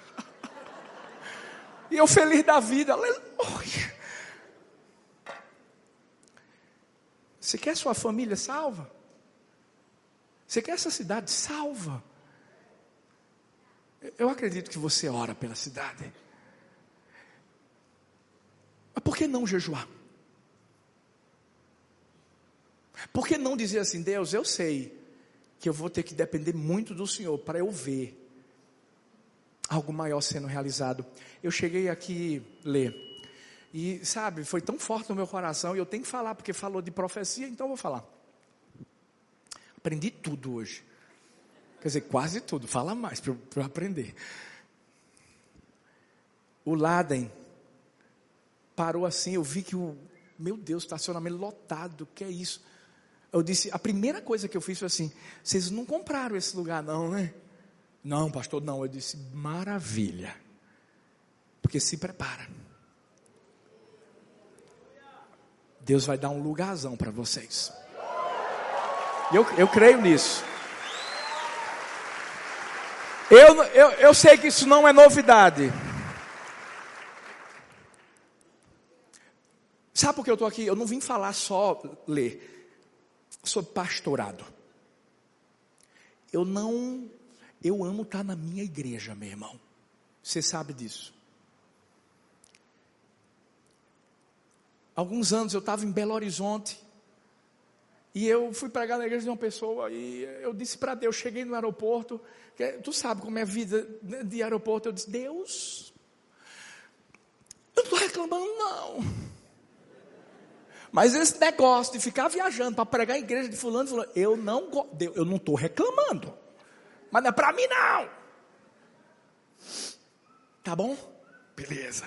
E eu feliz da vida, aleluia. Você quer sua família salva? Você quer essa cidade salva? Eu acredito que você ora pela cidade. Mas por que não jejuar? Por que não dizer assim: Deus, eu sei que eu vou ter que depender muito do Senhor para eu ver algo maior sendo realizado. Eu cheguei aqui ler, e sabe, foi tão forte no meu coração, e eu tenho que falar, porque falou de profecia, então eu vou falar. Aprendi tudo hoje. Quer dizer, quase tudo, fala mais para eu aprender. O Laden parou assim, eu vi que o, meu Deus, estacionamento lotado, que é isso? Eu disse, a primeira coisa que eu fiz foi assim: vocês não compraram esse lugar não, né? Não, pastor, não. Eu disse, maravilha, porque se prepara, Deus vai dar um lugarzão para vocês. Eu, eu creio nisso. Eu, eu, eu sei que isso não é novidade. Sabe por que eu estou aqui? Eu não vim falar só, ler, sobre pastorado. Eu não... Eu amo estar na minha igreja, meu irmão. Você sabe disso. Alguns anos eu estava em Belo Horizonte. E eu fui pregar na igreja de uma pessoa. E eu disse para Deus, cheguei no aeroporto. Que, tu sabe como é a vida de aeroporto. Eu disse, Deus, eu não estou reclamando não. Mas esse negócio de ficar viajando para pregar a igreja de fulano, fulano, eu não eu não estou reclamando. Mas não é para mim não. Tá bom? Beleza.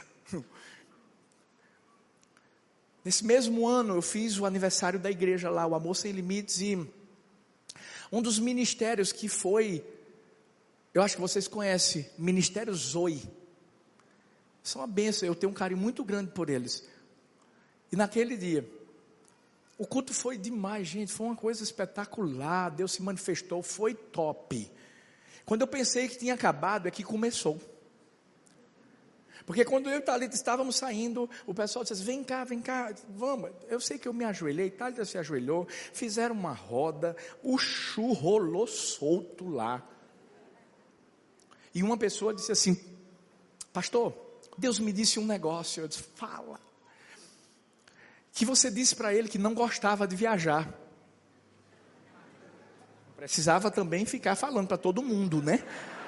Nesse mesmo ano eu fiz o aniversário da igreja lá, o Amor Sem Limites, e um dos ministérios que foi, eu acho que vocês conhecem, Ministério Zoe. São uma bênção, eu tenho um carinho muito grande por eles. E naquele dia, o culto foi demais, gente, foi uma coisa espetacular, Deus se manifestou, foi top. Quando eu pensei que tinha acabado, é que começou. Porque quando eu e Thalita estávamos saindo, o pessoal disse, vem cá, vem cá, vamos. Eu sei que eu me ajoelhei, Thalita se ajoelhou, fizeram uma roda, o chu rolou solto lá. E uma pessoa disse assim, pastor, Deus me disse um negócio. Eu disse, fala. Que você disse para ele que não gostava de viajar. Precisava também ficar falando para todo mundo, né?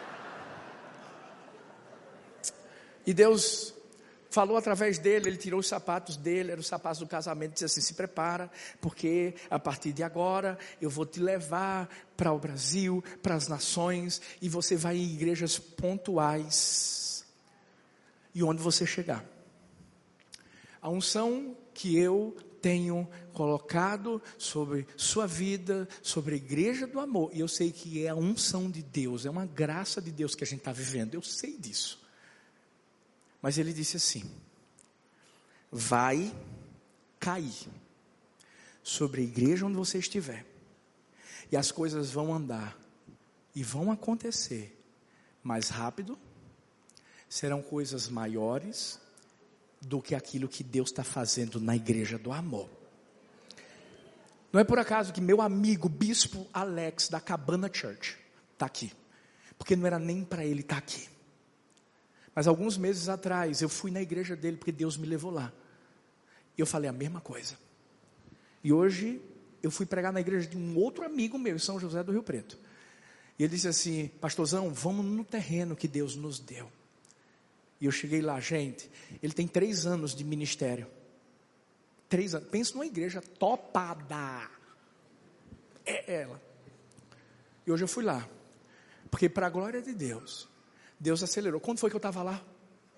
E Deus falou através dele, ele tirou os sapatos dele, eram os sapatos do casamento, disse assim, se prepara, porque a partir de agora eu vou te levar para o Brasil, para as nações, e você vai em igrejas pontuais, e onde você chegar. A unção que eu tenho colocado sobre sua vida, sobre a igreja do amor, e eu sei que é a unção de Deus, é uma graça de Deus que a gente está vivendo, eu sei disso. Mas ele disse assim, vai cair sobre a igreja onde você estiver, e as coisas vão andar, e vão acontecer mais rápido, serão coisas maiores, do que aquilo que Deus está fazendo na igreja do amor. Não é por acaso que meu amigo, bispo Alex, da Cabana Church, está aqui, porque não era nem para ele estar aqui. Mas alguns meses atrás, eu fui na igreja dele, porque Deus me levou lá, e eu falei a mesma coisa. E hoje, eu fui pregar na igreja de um outro amigo meu, em São José do Rio Preto, e ele disse assim, pastorzão, vamos no terreno que Deus nos deu. E eu cheguei lá, gente, ele tem três anos de ministério. Três anos. Pensa numa igreja topada. É ela. E hoje eu fui lá. Porque para a glória de Deus, Deus acelerou. Quando foi que eu estava lá?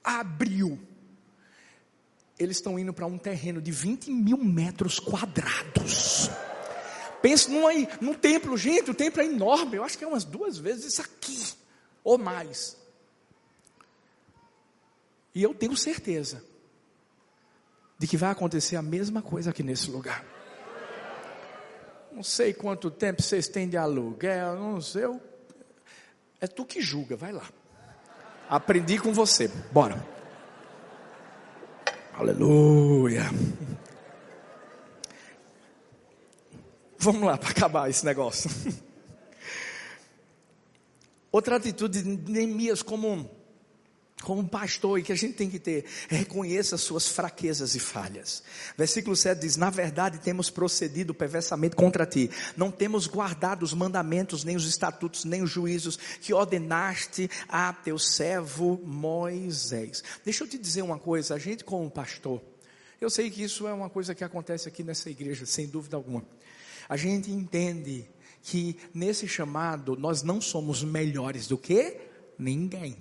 abriu. Eles estão indo para um terreno de vinte mil metros quadrados. Pensa num, num templo, gente, o templo é enorme. Eu acho que é umas duas vezes isso aqui, ou mais. E eu tenho certeza de que vai acontecer a mesma coisa aqui nesse lugar. Não sei quanto tempo vocês têm de aluguel, não sei. Eu... É tu que julga, vai lá. Aprendi com você, bora. Aleluia. Vamos lá, para acabar esse negócio. Outra atitude de Neemias como, como pastor e que a gente tem que ter, é reconheça as suas fraquezas e falhas. Versículo sete diz, na verdade temos procedido perversamente contra ti, não temos guardado os mandamentos, nem os estatutos, nem os juízos que ordenaste a teu servo Moisés. Deixa eu te dizer uma coisa, a gente como pastor, eu sei que isso é uma coisa que acontece aqui nessa igreja, sem dúvida alguma. A gente entende que nesse chamado nós não somos melhores do que ninguém.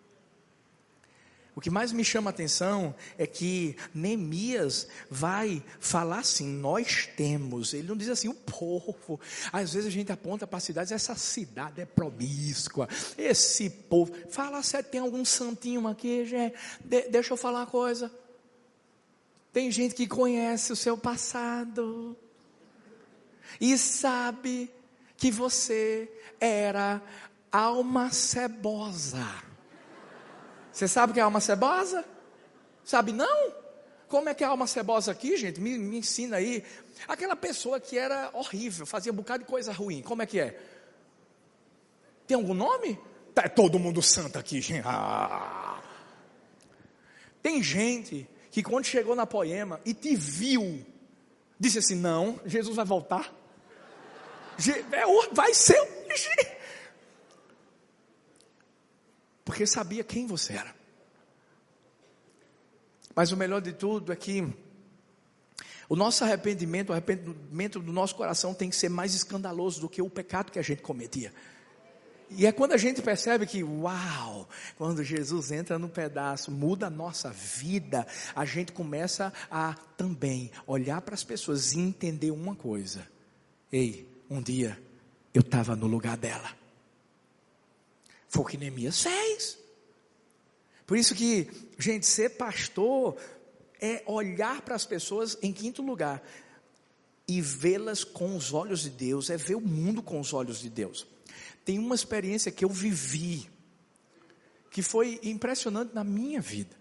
O que mais me chama a atenção é que Neemias vai falar assim, nós temos, ele não diz assim, o povo. Às vezes a gente aponta para a cidade, essa cidade é promíscua, esse povo, fala se tem algum santinho aqui, gente, de, deixa eu falar uma coisa, tem gente que conhece o seu passado, e sabe que você era alma cebosa. Você sabe o que é alma cebosa? Sabe não? Como é que é alma cebosa aqui, gente? Me, me ensina aí. Aquela pessoa que era horrível, fazia um bocado de coisa ruim. Como é que é? Tem algum nome? Tá, é todo mundo santo aqui, gente. Ah. Tem gente que quando chegou na Poema e te viu, disse assim, não, Jesus vai voltar. Vai ser hoje. Porque sabia quem você era. Mas o melhor de tudo é que o nosso arrependimento, o arrependimento do nosso coração tem que ser mais escandaloso do que o pecado que a gente cometia. E é quando a gente percebe que, uau, quando Jesus entra no pedaço, muda a nossa vida, a gente começa a também olhar para as pessoas e entender uma coisa. Ei, um dia eu estava no lugar dela. Foi o que Neemias fez. Por isso que, gente, ser pastor é olhar para as pessoas em quinto lugar e vê-las com os olhos de Deus, é ver o mundo com os olhos de Deus. Tem uma experiência que eu vivi, que foi impressionante na minha vida.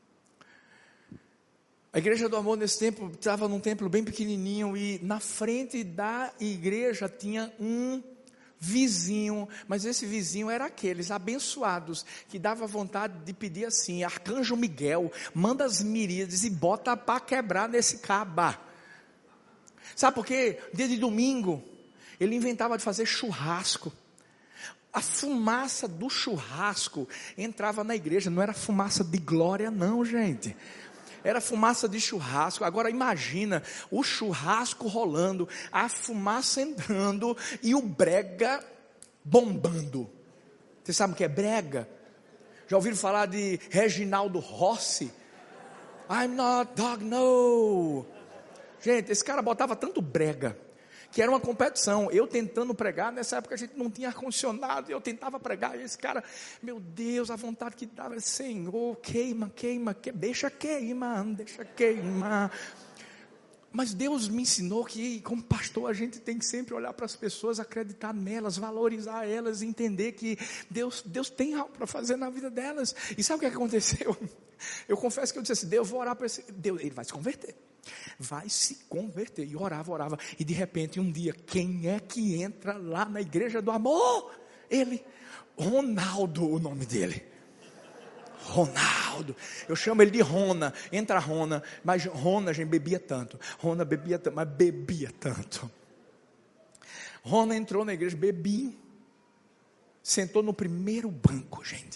A Igreja do Amor nesse tempo estava num templo bem pequenininho e na frente da igreja tinha um vizinho, mas esse vizinho era aqueles abençoados que dava vontade de pedir assim, Arcanjo Miguel, manda as miríades e bota para quebrar nesse caba. Sabe por quê? Dia de domingo, ele inventava de fazer churrasco. A fumaça do churrasco entrava na igreja, não era fumaça de glória não, gente. Era fumaça de churrasco. Agora imagina o churrasco rolando, a fumaça entrando e o brega bombando. Vocês sabem o que é brega? Já ouviram falar de Reginaldo Rossi? I'm not dog, no. Gente, esse cara botava tanto brega que era uma competição, eu tentando pregar, nessa época a gente não tinha ar-condicionado, eu tentava pregar, e esse cara, meu Deus, a vontade que dava, Senhor, queima, queima, queima, deixa queimar, deixa queimar. Mas Deus me ensinou que, como pastor, a gente tem que sempre olhar para as pessoas, acreditar nelas, valorizar elas, entender que Deus, Deus tem algo para fazer na vida delas. E sabe o que aconteceu? Eu confesso que eu disse assim, Deus, eu vou orar para esse, Deus, ele vai se converter. Vai se converter, e orava, orava, e de repente um dia, quem é que entra lá na Igreja do Amor? Ele, Ronaldo, o nome dele, Ronaldo, eu chamo ele de Rona, entra Rona, mas Rona, gente, bebia tanto, Rona bebia tanto, mas bebia tanto, Rona entrou na igreja, bebia, sentou no primeiro banco, gente,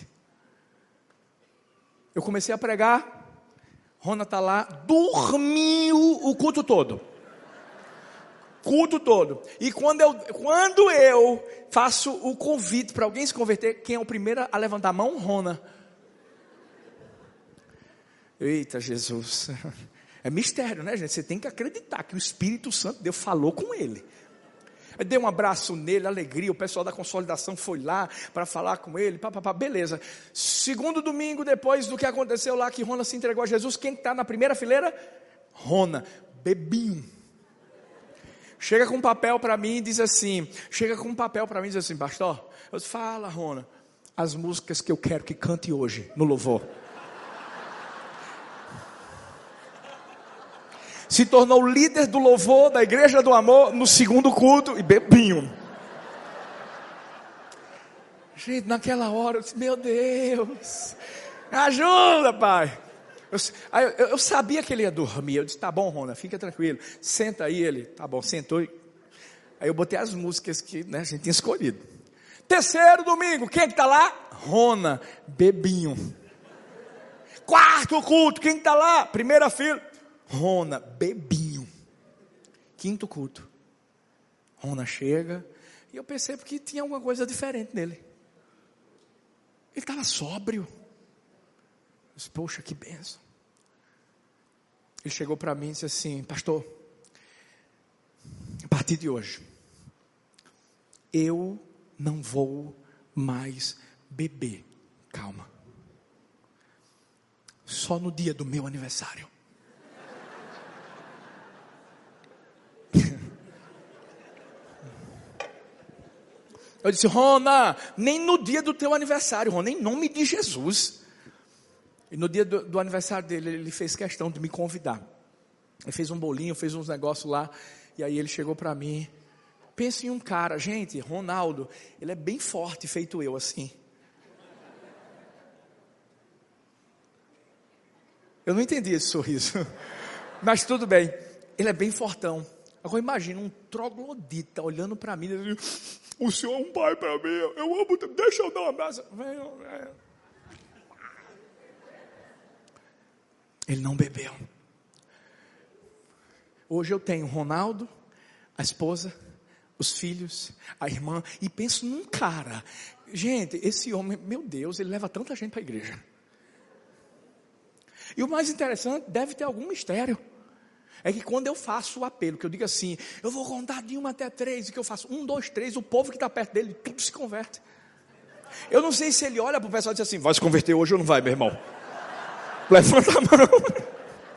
eu comecei a pregar, Rona está lá, dormiu o culto todo. Culto todo. E quando eu, quando eu faço o convite para alguém se converter, quem é o primeiro a levantar a mão? Rona. Eita Jesus, é mistério, né, gente? Você tem que acreditar que o Espírito Santo de Deus falou com ele. Eu dei um abraço nele, alegria, o pessoal da consolidação foi lá para falar com ele, pá, pá, pá, beleza. Segundo domingo, depois do que aconteceu lá, que Rona se entregou a Jesus, quem está na primeira fileira? Rona, bebinho. Chega com um papel para mim e diz assim, chega com um papel para mim e diz assim, pastor, eu disse, fala Rona, as músicas que eu quero que cante hoje, no louvor. Se tornou líder do louvor da Igreja do Amor no segundo culto e bebinho. Gente, naquela hora eu disse, meu Deus, ajuda pai. Eu, eu, eu sabia que ele ia dormir, eu disse, tá bom Rona, fica tranquilo, senta aí. Ele, tá bom, sentou. Aí eu botei as músicas que, né, a gente tinha escolhido. Terceiro domingo, quem é que está lá? Rona, bebinho. Quarto culto, quem está lá? Primeira fila. Rona, bebinho. Quinto culto, Rona chega e eu percebo que tinha alguma coisa diferente nele. Ele estava sóbrio. Eu disse, poxa, que benção. Ele chegou para mim e disse assim, pastor, a partir de hoje eu não vou mais beber. Calma. Só no dia do meu aniversário. Eu disse, Rona, nem no dia do teu aniversário, Rona, em nome de Jesus. E no dia do, do aniversário dele, ele fez questão de me convidar. Ele fez um bolinho, fez uns negócios lá. E aí ele chegou para mim. Pensa em um cara, gente, Ronaldo, ele é bem forte, feito eu assim. Eu não entendi esse sorriso. Mas tudo bem, ele é bem fortão. Agora imagina um troglodita olhando para mim, dizendo, o senhor é um pai para mim, eu amo, deixa eu dar um abraço. Ele não bebeu. Hoje eu tenho Ronaldo, a esposa, os filhos, a irmã, e penso num cara. Gente, esse homem, meu Deus, ele leva tanta gente para a igreja. E o mais interessante, deve ter algum mistério. É que quando eu faço o apelo, que eu digo assim, eu vou contar de uma até três, e que eu faço um, dois, três, o povo que está perto dele, tudo se converte. Eu não sei se ele olha para o pessoal e diz assim, vai se converter hoje ou não vai, meu irmão? Levanta a mão.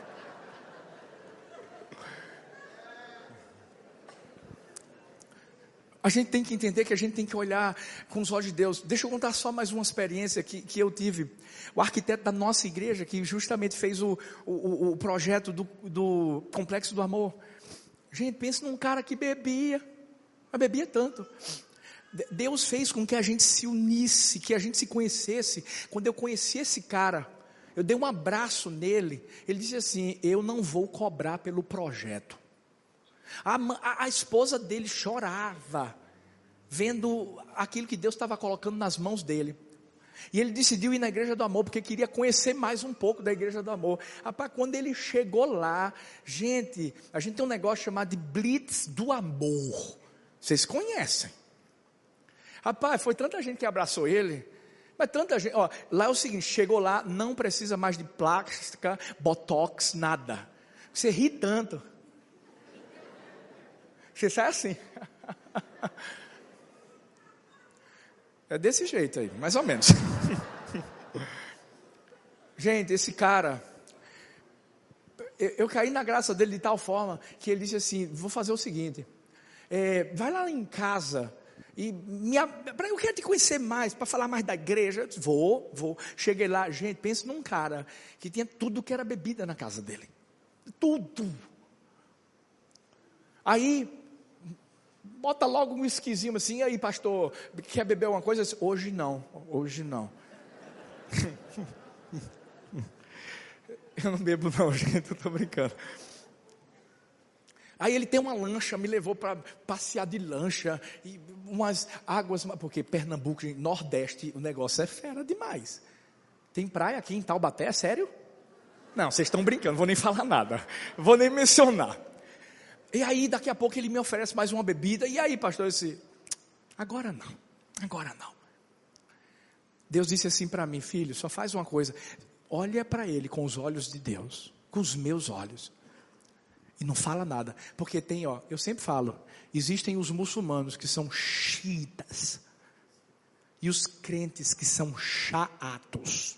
A gente tem que entender que a gente tem que olhar com os olhos de Deus. Deixa eu contar só mais uma experiência que, que eu tive. O arquiteto da nossa igreja, que justamente fez o, o, o projeto do, do Complexo do Amor. Gente, pensa num cara que bebia, mas bebia tanto. Deus fez com que a gente se unisse, que a gente se conhecesse. Quando eu conheci esse cara, eu dei um abraço nele. Ele disse assim, eu não vou cobrar pelo projeto. A, a, a esposa dele chorava, vendo aquilo que Deus estava colocando nas mãos dele. E ele decidiu ir na Igreja do Amor, porque queria conhecer mais um pouco da Igreja do Amor. Rapaz, quando ele chegou lá, gente, a gente tem um negócio chamado de Blitz do Amor. Vocês conhecem. Rapaz, foi tanta gente que abraçou ele. Mas tanta gente, ó, lá é o seguinte, chegou lá, não precisa mais de plástica, botox, nada. Você ri tanto. Você sai assim. É desse jeito aí, mais ou menos. Gente, esse cara, eu, eu caí na graça dele de tal forma, que ele disse assim, vou fazer o seguinte, é, vai lá em casa, e me, eu quero te conhecer mais, para falar mais da igreja. Eu disse, vou, vou. Cheguei lá, gente, pensa num cara, que tinha tudo que era bebida na casa dele. Tudo. Aí, bota logo um esquisinho assim, e aí pastor, quer beber alguma coisa? Disse, hoje não, hoje não. Eu não bebo não, gente, eu estou brincando. Aí ele tem uma lancha, me levou para passear de lancha, e umas águas, porque Pernambuco, Nordeste, o negócio é fera demais. Tem praia aqui em Taubaté, é sério? Não, vocês estão brincando, vou nem falar nada, vou nem mencionar. E aí daqui a pouco ele me oferece mais uma bebida, e aí pastor, eu disse, agora não, agora não. Deus disse assim para mim, filho, só faz uma coisa, olha para ele com os olhos de Deus, com os meus olhos, e não fala nada, porque tem, ó, eu sempre falo, existem os muçulmanos que são xiitas, e os crentes que são chatos.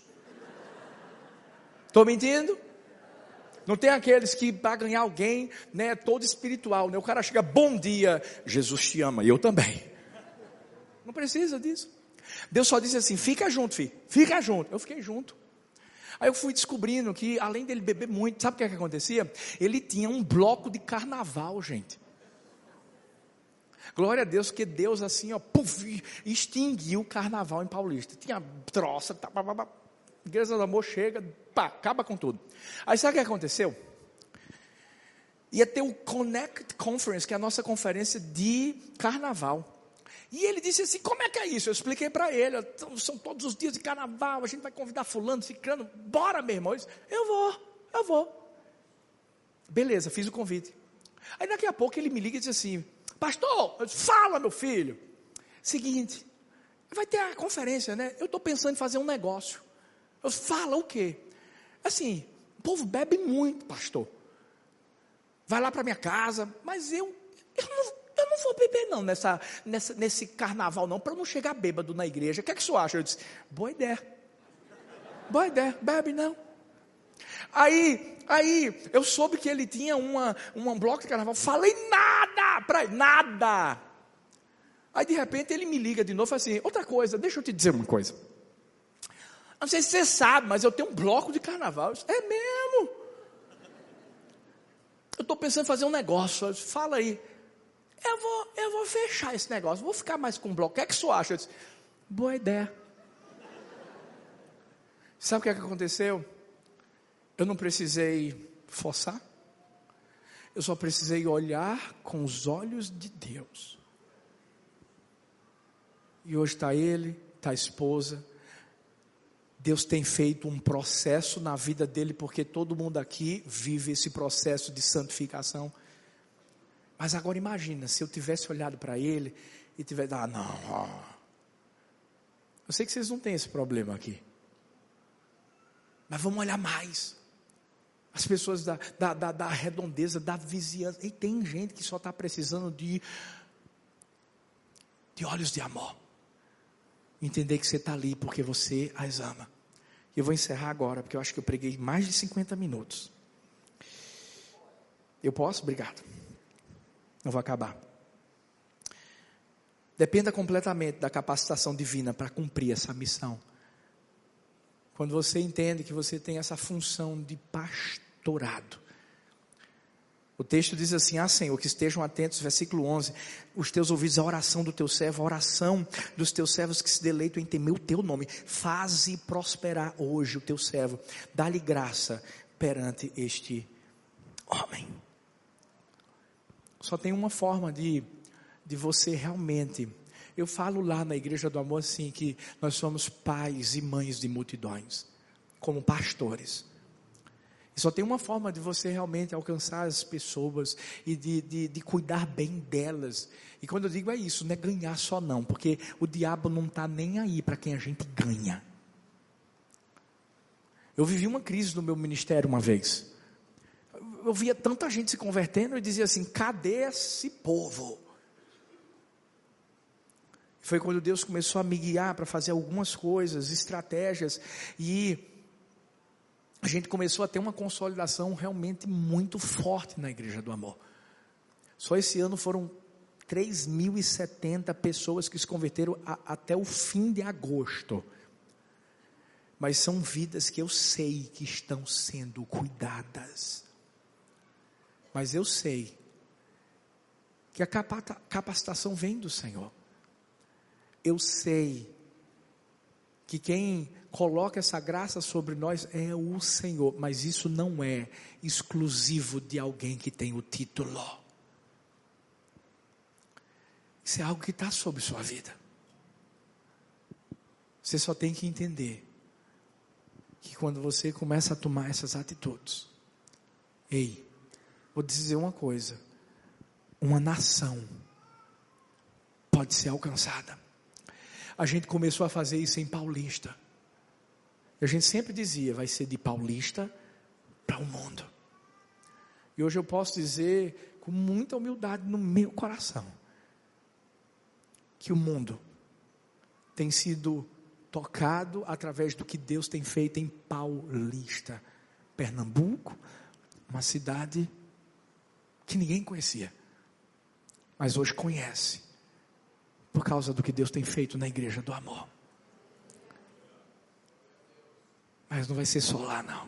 Estou mentindo? Não tem aqueles que para ganhar alguém, né, todo espiritual, né, o cara chega, bom dia, Jesus te ama, e eu também. Não precisa disso. Deus só disse assim, fica junto, filho, fica junto. Eu fiquei junto. Aí eu fui descobrindo que, além dele beber muito, sabe o que é que acontecia? Ele tinha um bloco de carnaval, gente. Glória a Deus, que Deus assim, ó, puf, extinguiu o carnaval em Paulista. Tinha troça, tá, pá, pá, pá. Igreja do Amor chega, pá, acaba com tudo. Aí sabe o que aconteceu? Ia ter o Connect Conference, que é a nossa conferência de carnaval. E ele disse assim, como é que é isso? Eu expliquei para ele, são todos os dias de carnaval, a gente vai convidar fulano, ciclano, bora meu irmão. Eu disse, eu vou, eu vou. Beleza, fiz o convite. Aí daqui a pouco ele me liga e diz assim, pastor, eu disse, fala meu filho. Seguinte, vai ter a conferência, né? Eu estou pensando em fazer um negócio. Eu disse, fala o quê? Assim, o povo bebe muito, pastor. Vai lá para minha casa, mas eu, eu não... Eu não vou beber não, nessa, nessa, nesse carnaval não, para eu não chegar bêbado na igreja. O que é que o senhor acha? Eu disse, boa ideia. Boa ideia, bebe não. Aí, aí, eu soube que ele tinha uma, um bloco de carnaval. Falei nada para ele, nada. Aí de repente ele me liga de novo e fala assim, outra coisa, deixa eu te dizer uma coisa. Não sei se você sabe, mas eu tenho um bloco de carnaval. Eu disse, é mesmo? Eu estou pensando em fazer um negócio. Eu disse, fala aí. Eu vou, eu vou fechar esse negócio, vou ficar mais com um bloco. O que é que você acha? Eu disse, boa ideia. Sabe o que é que aconteceu? Eu não precisei forçar. Eu só precisei olhar com os olhos de Deus. E hoje está ele, está a esposa. Deus tem feito um processo na vida dele, porque todo mundo aqui vive esse processo de santificação. Mas agora imagina, se eu tivesse olhado para ele e tivesse, ah não, eu sei que vocês não têm esse problema aqui, mas vamos olhar mais, as pessoas da, da, da, da redondeza, da vizinhança, e tem gente que só está precisando de, de olhos de amor, entender que você está ali porque você as ama. E eu vou encerrar agora, porque eu acho que eu preguei mais de cinquenta minutos, eu posso? Obrigado. Não vou acabar. Dependa completamente da capacitação divina para cumprir essa missão. Quando você entende que você tem essa função de pastorado. O texto diz assim, ah Senhor, que estejam atentos, versículo onze, os teus ouvidos, a oração do teu servo, a oração dos teus servos que se deleitam em temer o teu nome. Faze prosperar hoje o teu servo. Dá-lhe graça perante este homem. Só tem uma forma de, de você realmente, eu falo lá na Igreja do Amor assim, que nós somos pais e mães de multidões, como pastores. E só tem uma forma de você realmente alcançar as pessoas e de, de, de cuidar bem delas. E quando eu digo é isso, não é ganhar só não, porque o diabo não está nem aí para quem a gente ganha. Eu vivi uma crise no meu ministério uma vez. Eu via tanta gente se convertendo e dizia assim, cadê esse povo? Foi quando Deus começou a me guiar para fazer algumas coisas, estratégias, e a gente começou a ter uma consolidação realmente muito forte na Igreja do Amor. Só esse ano foram três mil e setenta pessoas que se converteram a, até o fim de agosto. Mas são vidas que eu sei que estão sendo cuidadas. Mas eu sei que a capacitação vem do Senhor. Eu sei que quem coloca essa graça sobre nós é o Senhor. Mas isso não é exclusivo de alguém que tem o título. Isso é algo que está sobre sua vida. Você só tem que entender que quando você começa a tomar essas atitudes, ei, vou dizer uma coisa, uma nação pode ser alcançada. A gente começou a fazer isso em Paulista. E a gente sempre dizia, vai ser de Paulista para o mundo. E hoje eu posso dizer, com muita humildade no meu coração, que o mundo tem sido tocado através do que Deus tem feito em Paulista, Pernambuco, uma cidade que ninguém conhecia, mas hoje conhece, por causa do que Deus tem feito na Igreja do Amor. Mas não vai ser só lá não.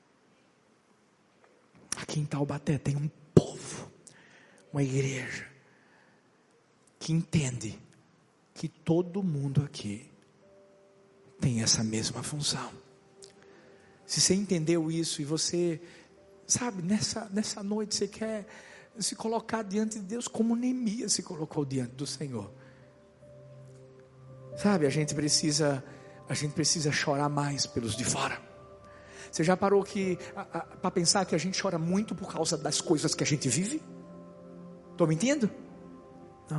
Aqui em Taubaté tem um povo, uma igreja, que entende que todo mundo aqui tem essa mesma função. Se você entendeu isso e você, sabe, nessa, nessa noite você quer se colocar diante de Deus como Neemias se colocou diante do Senhor. Sabe, a gente precisa, a gente precisa chorar mais pelos de fora. Você já parou que para pensar que a gente chora muito por causa das coisas que a gente vive? Estou mentindo? Não.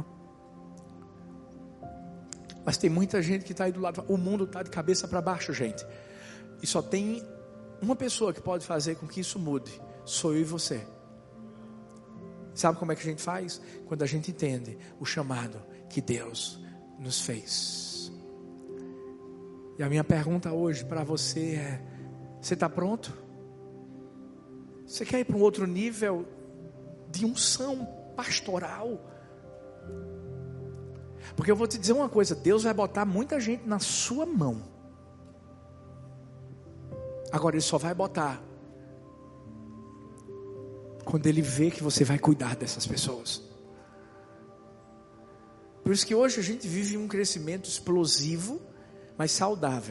Mas tem muita gente que está aí do lado. O mundo está de cabeça para baixo, gente. E só tem uma pessoa que pode fazer com que isso mude. Sou eu e você. Sabe como é que a gente faz? Quando a gente entende o chamado que Deus nos fez. E a minha pergunta hoje para você é: você está pronto? Você quer ir para um outro nível de unção pastoral? Porque eu vou te dizer uma coisa, Deus vai botar muita gente na sua mão. Agora Ele só vai botar quando Ele vê que você vai cuidar dessas pessoas. Por isso que hoje a gente vive um crescimento explosivo, mas saudável.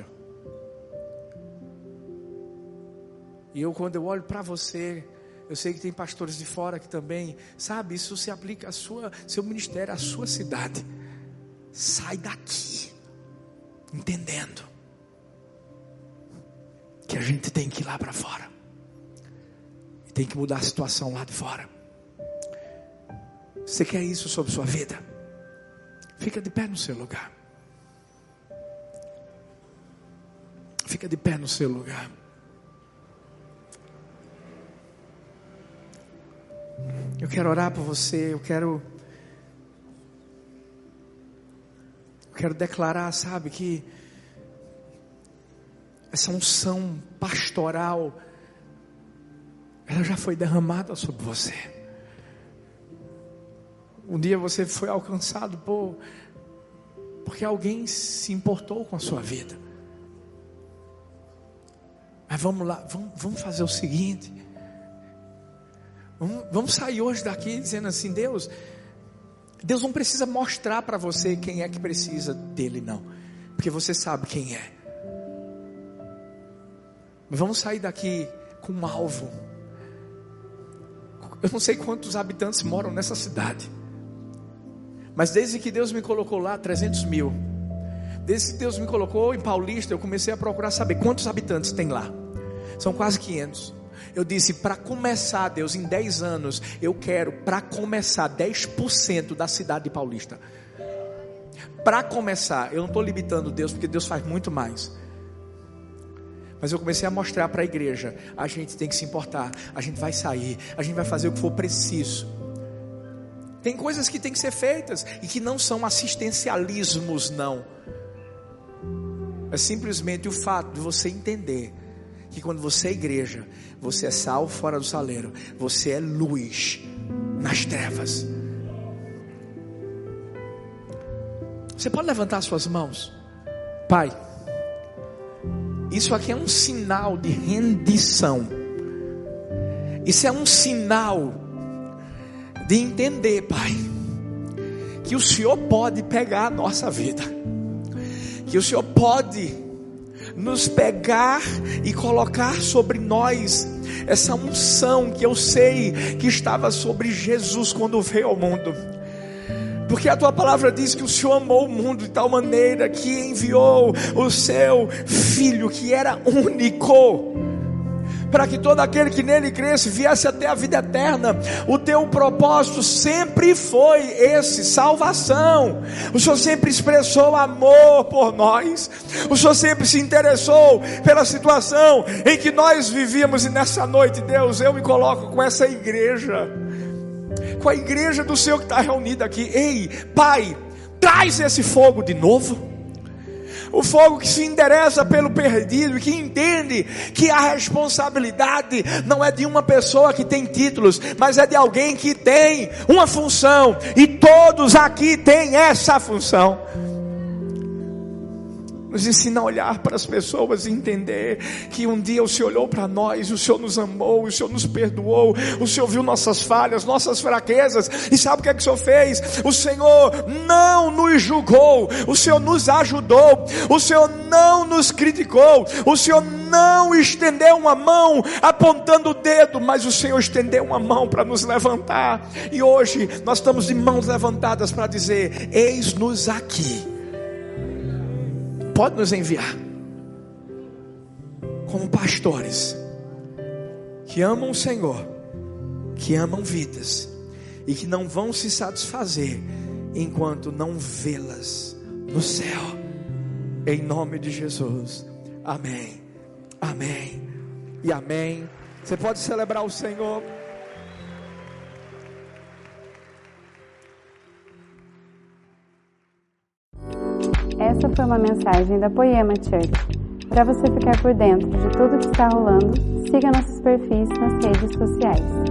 E eu, quando eu olho para você, eu sei que tem pastores de fora que também, sabe, isso se aplica a sua, seu ministério, à sua cidade. Sai daqui, entendendo que a gente tem que ir lá para fora. E tem que mudar a situação lá de fora. Você quer isso sobre sua vida? Fica de pé no seu lugar. Fica de pé no seu lugar. Eu quero orar por você, eu quero eu quero declarar, sabe, que essa unção pastoral ela já foi derramada sobre você. Um dia você foi alcançado por porque alguém se importou com a sua vida. Mas vamos lá, vamos, vamos fazer o seguinte. Vamos, vamos sair hoje daqui dizendo assim: Deus, Deus não precisa mostrar para você quem é que precisa dele, não, porque você sabe quem é. Mas vamos sair daqui com um alvo. Eu não sei quantos habitantes moram nessa cidade, mas desde que Deus me colocou lá, trezentos mil. Desde que Deus me colocou em Paulista, eu comecei a procurar saber quantos habitantes tem lá. São quase quinhentos. Eu disse, para começar, Deus, em dez anos, eu quero, para começar, dez por cento da cidade de Paulista. Para começar, eu não estou limitando Deus, porque Deus faz muito mais. Mas eu comecei a mostrar para a igreja, a gente tem que se importar, a gente vai sair, a gente vai fazer o que for preciso. Tem coisas que tem que ser feitas, e que não são assistencialismos, não. É simplesmente o fato de você entender que quando você é igreja, você é sal fora do saleiro, você é luz nas trevas. Você pode levantar suas mãos? Pai, isso aqui é um sinal de rendição. Isso é um sinal de entender, Pai, que o Senhor pode pegar a nossa vida, que o Senhor pode nos pegar e colocar sobre nós essa unção que eu sei que estava sobre Jesus quando veio ao mundo. Porque a tua palavra diz que o Senhor amou o mundo de tal maneira que enviou o seu Filho, que era único, para que todo aquele que nele cresce viesse até a vida eterna. O teu propósito sempre foi esse, salvação. O Senhor sempre expressou amor por nós. O Senhor sempre se interessou pela situação em que nós vivíamos. E nessa noite, Deus, eu me coloco com essa igreja, com a igreja do Senhor que está reunida aqui. Ei, Pai, traz esse fogo de novo. O fogo que se interessa pelo perdido, que entende que a responsabilidade não é de uma pessoa que tem títulos, mas é de alguém que tem uma função, e todos aqui têm essa função. Nos ensina a olhar para as pessoas e entender que um dia o Senhor olhou para nós, o Senhor nos amou, o Senhor nos perdoou, o Senhor viu nossas falhas, nossas fraquezas, e sabe o que é que o Senhor fez? O Senhor não nos julgou, o Senhor nos ajudou, o Senhor não nos criticou, o Senhor não estendeu uma mão apontando o dedo, mas o Senhor estendeu uma mão para nos levantar, e hoje nós estamos de mãos levantadas para dizer: eis-nos aqui. Pode nos enviar como pastores que amam o Senhor, que amam vidas e que não vão se satisfazer enquanto não vê-las no céu. Em nome de Jesus. Amém. Amém. E amém. Você pode celebrar o Senhor. Essa foi uma mensagem da Poema Church. Para você ficar por dentro de tudo que está rolando, siga nossos perfis nas redes sociais.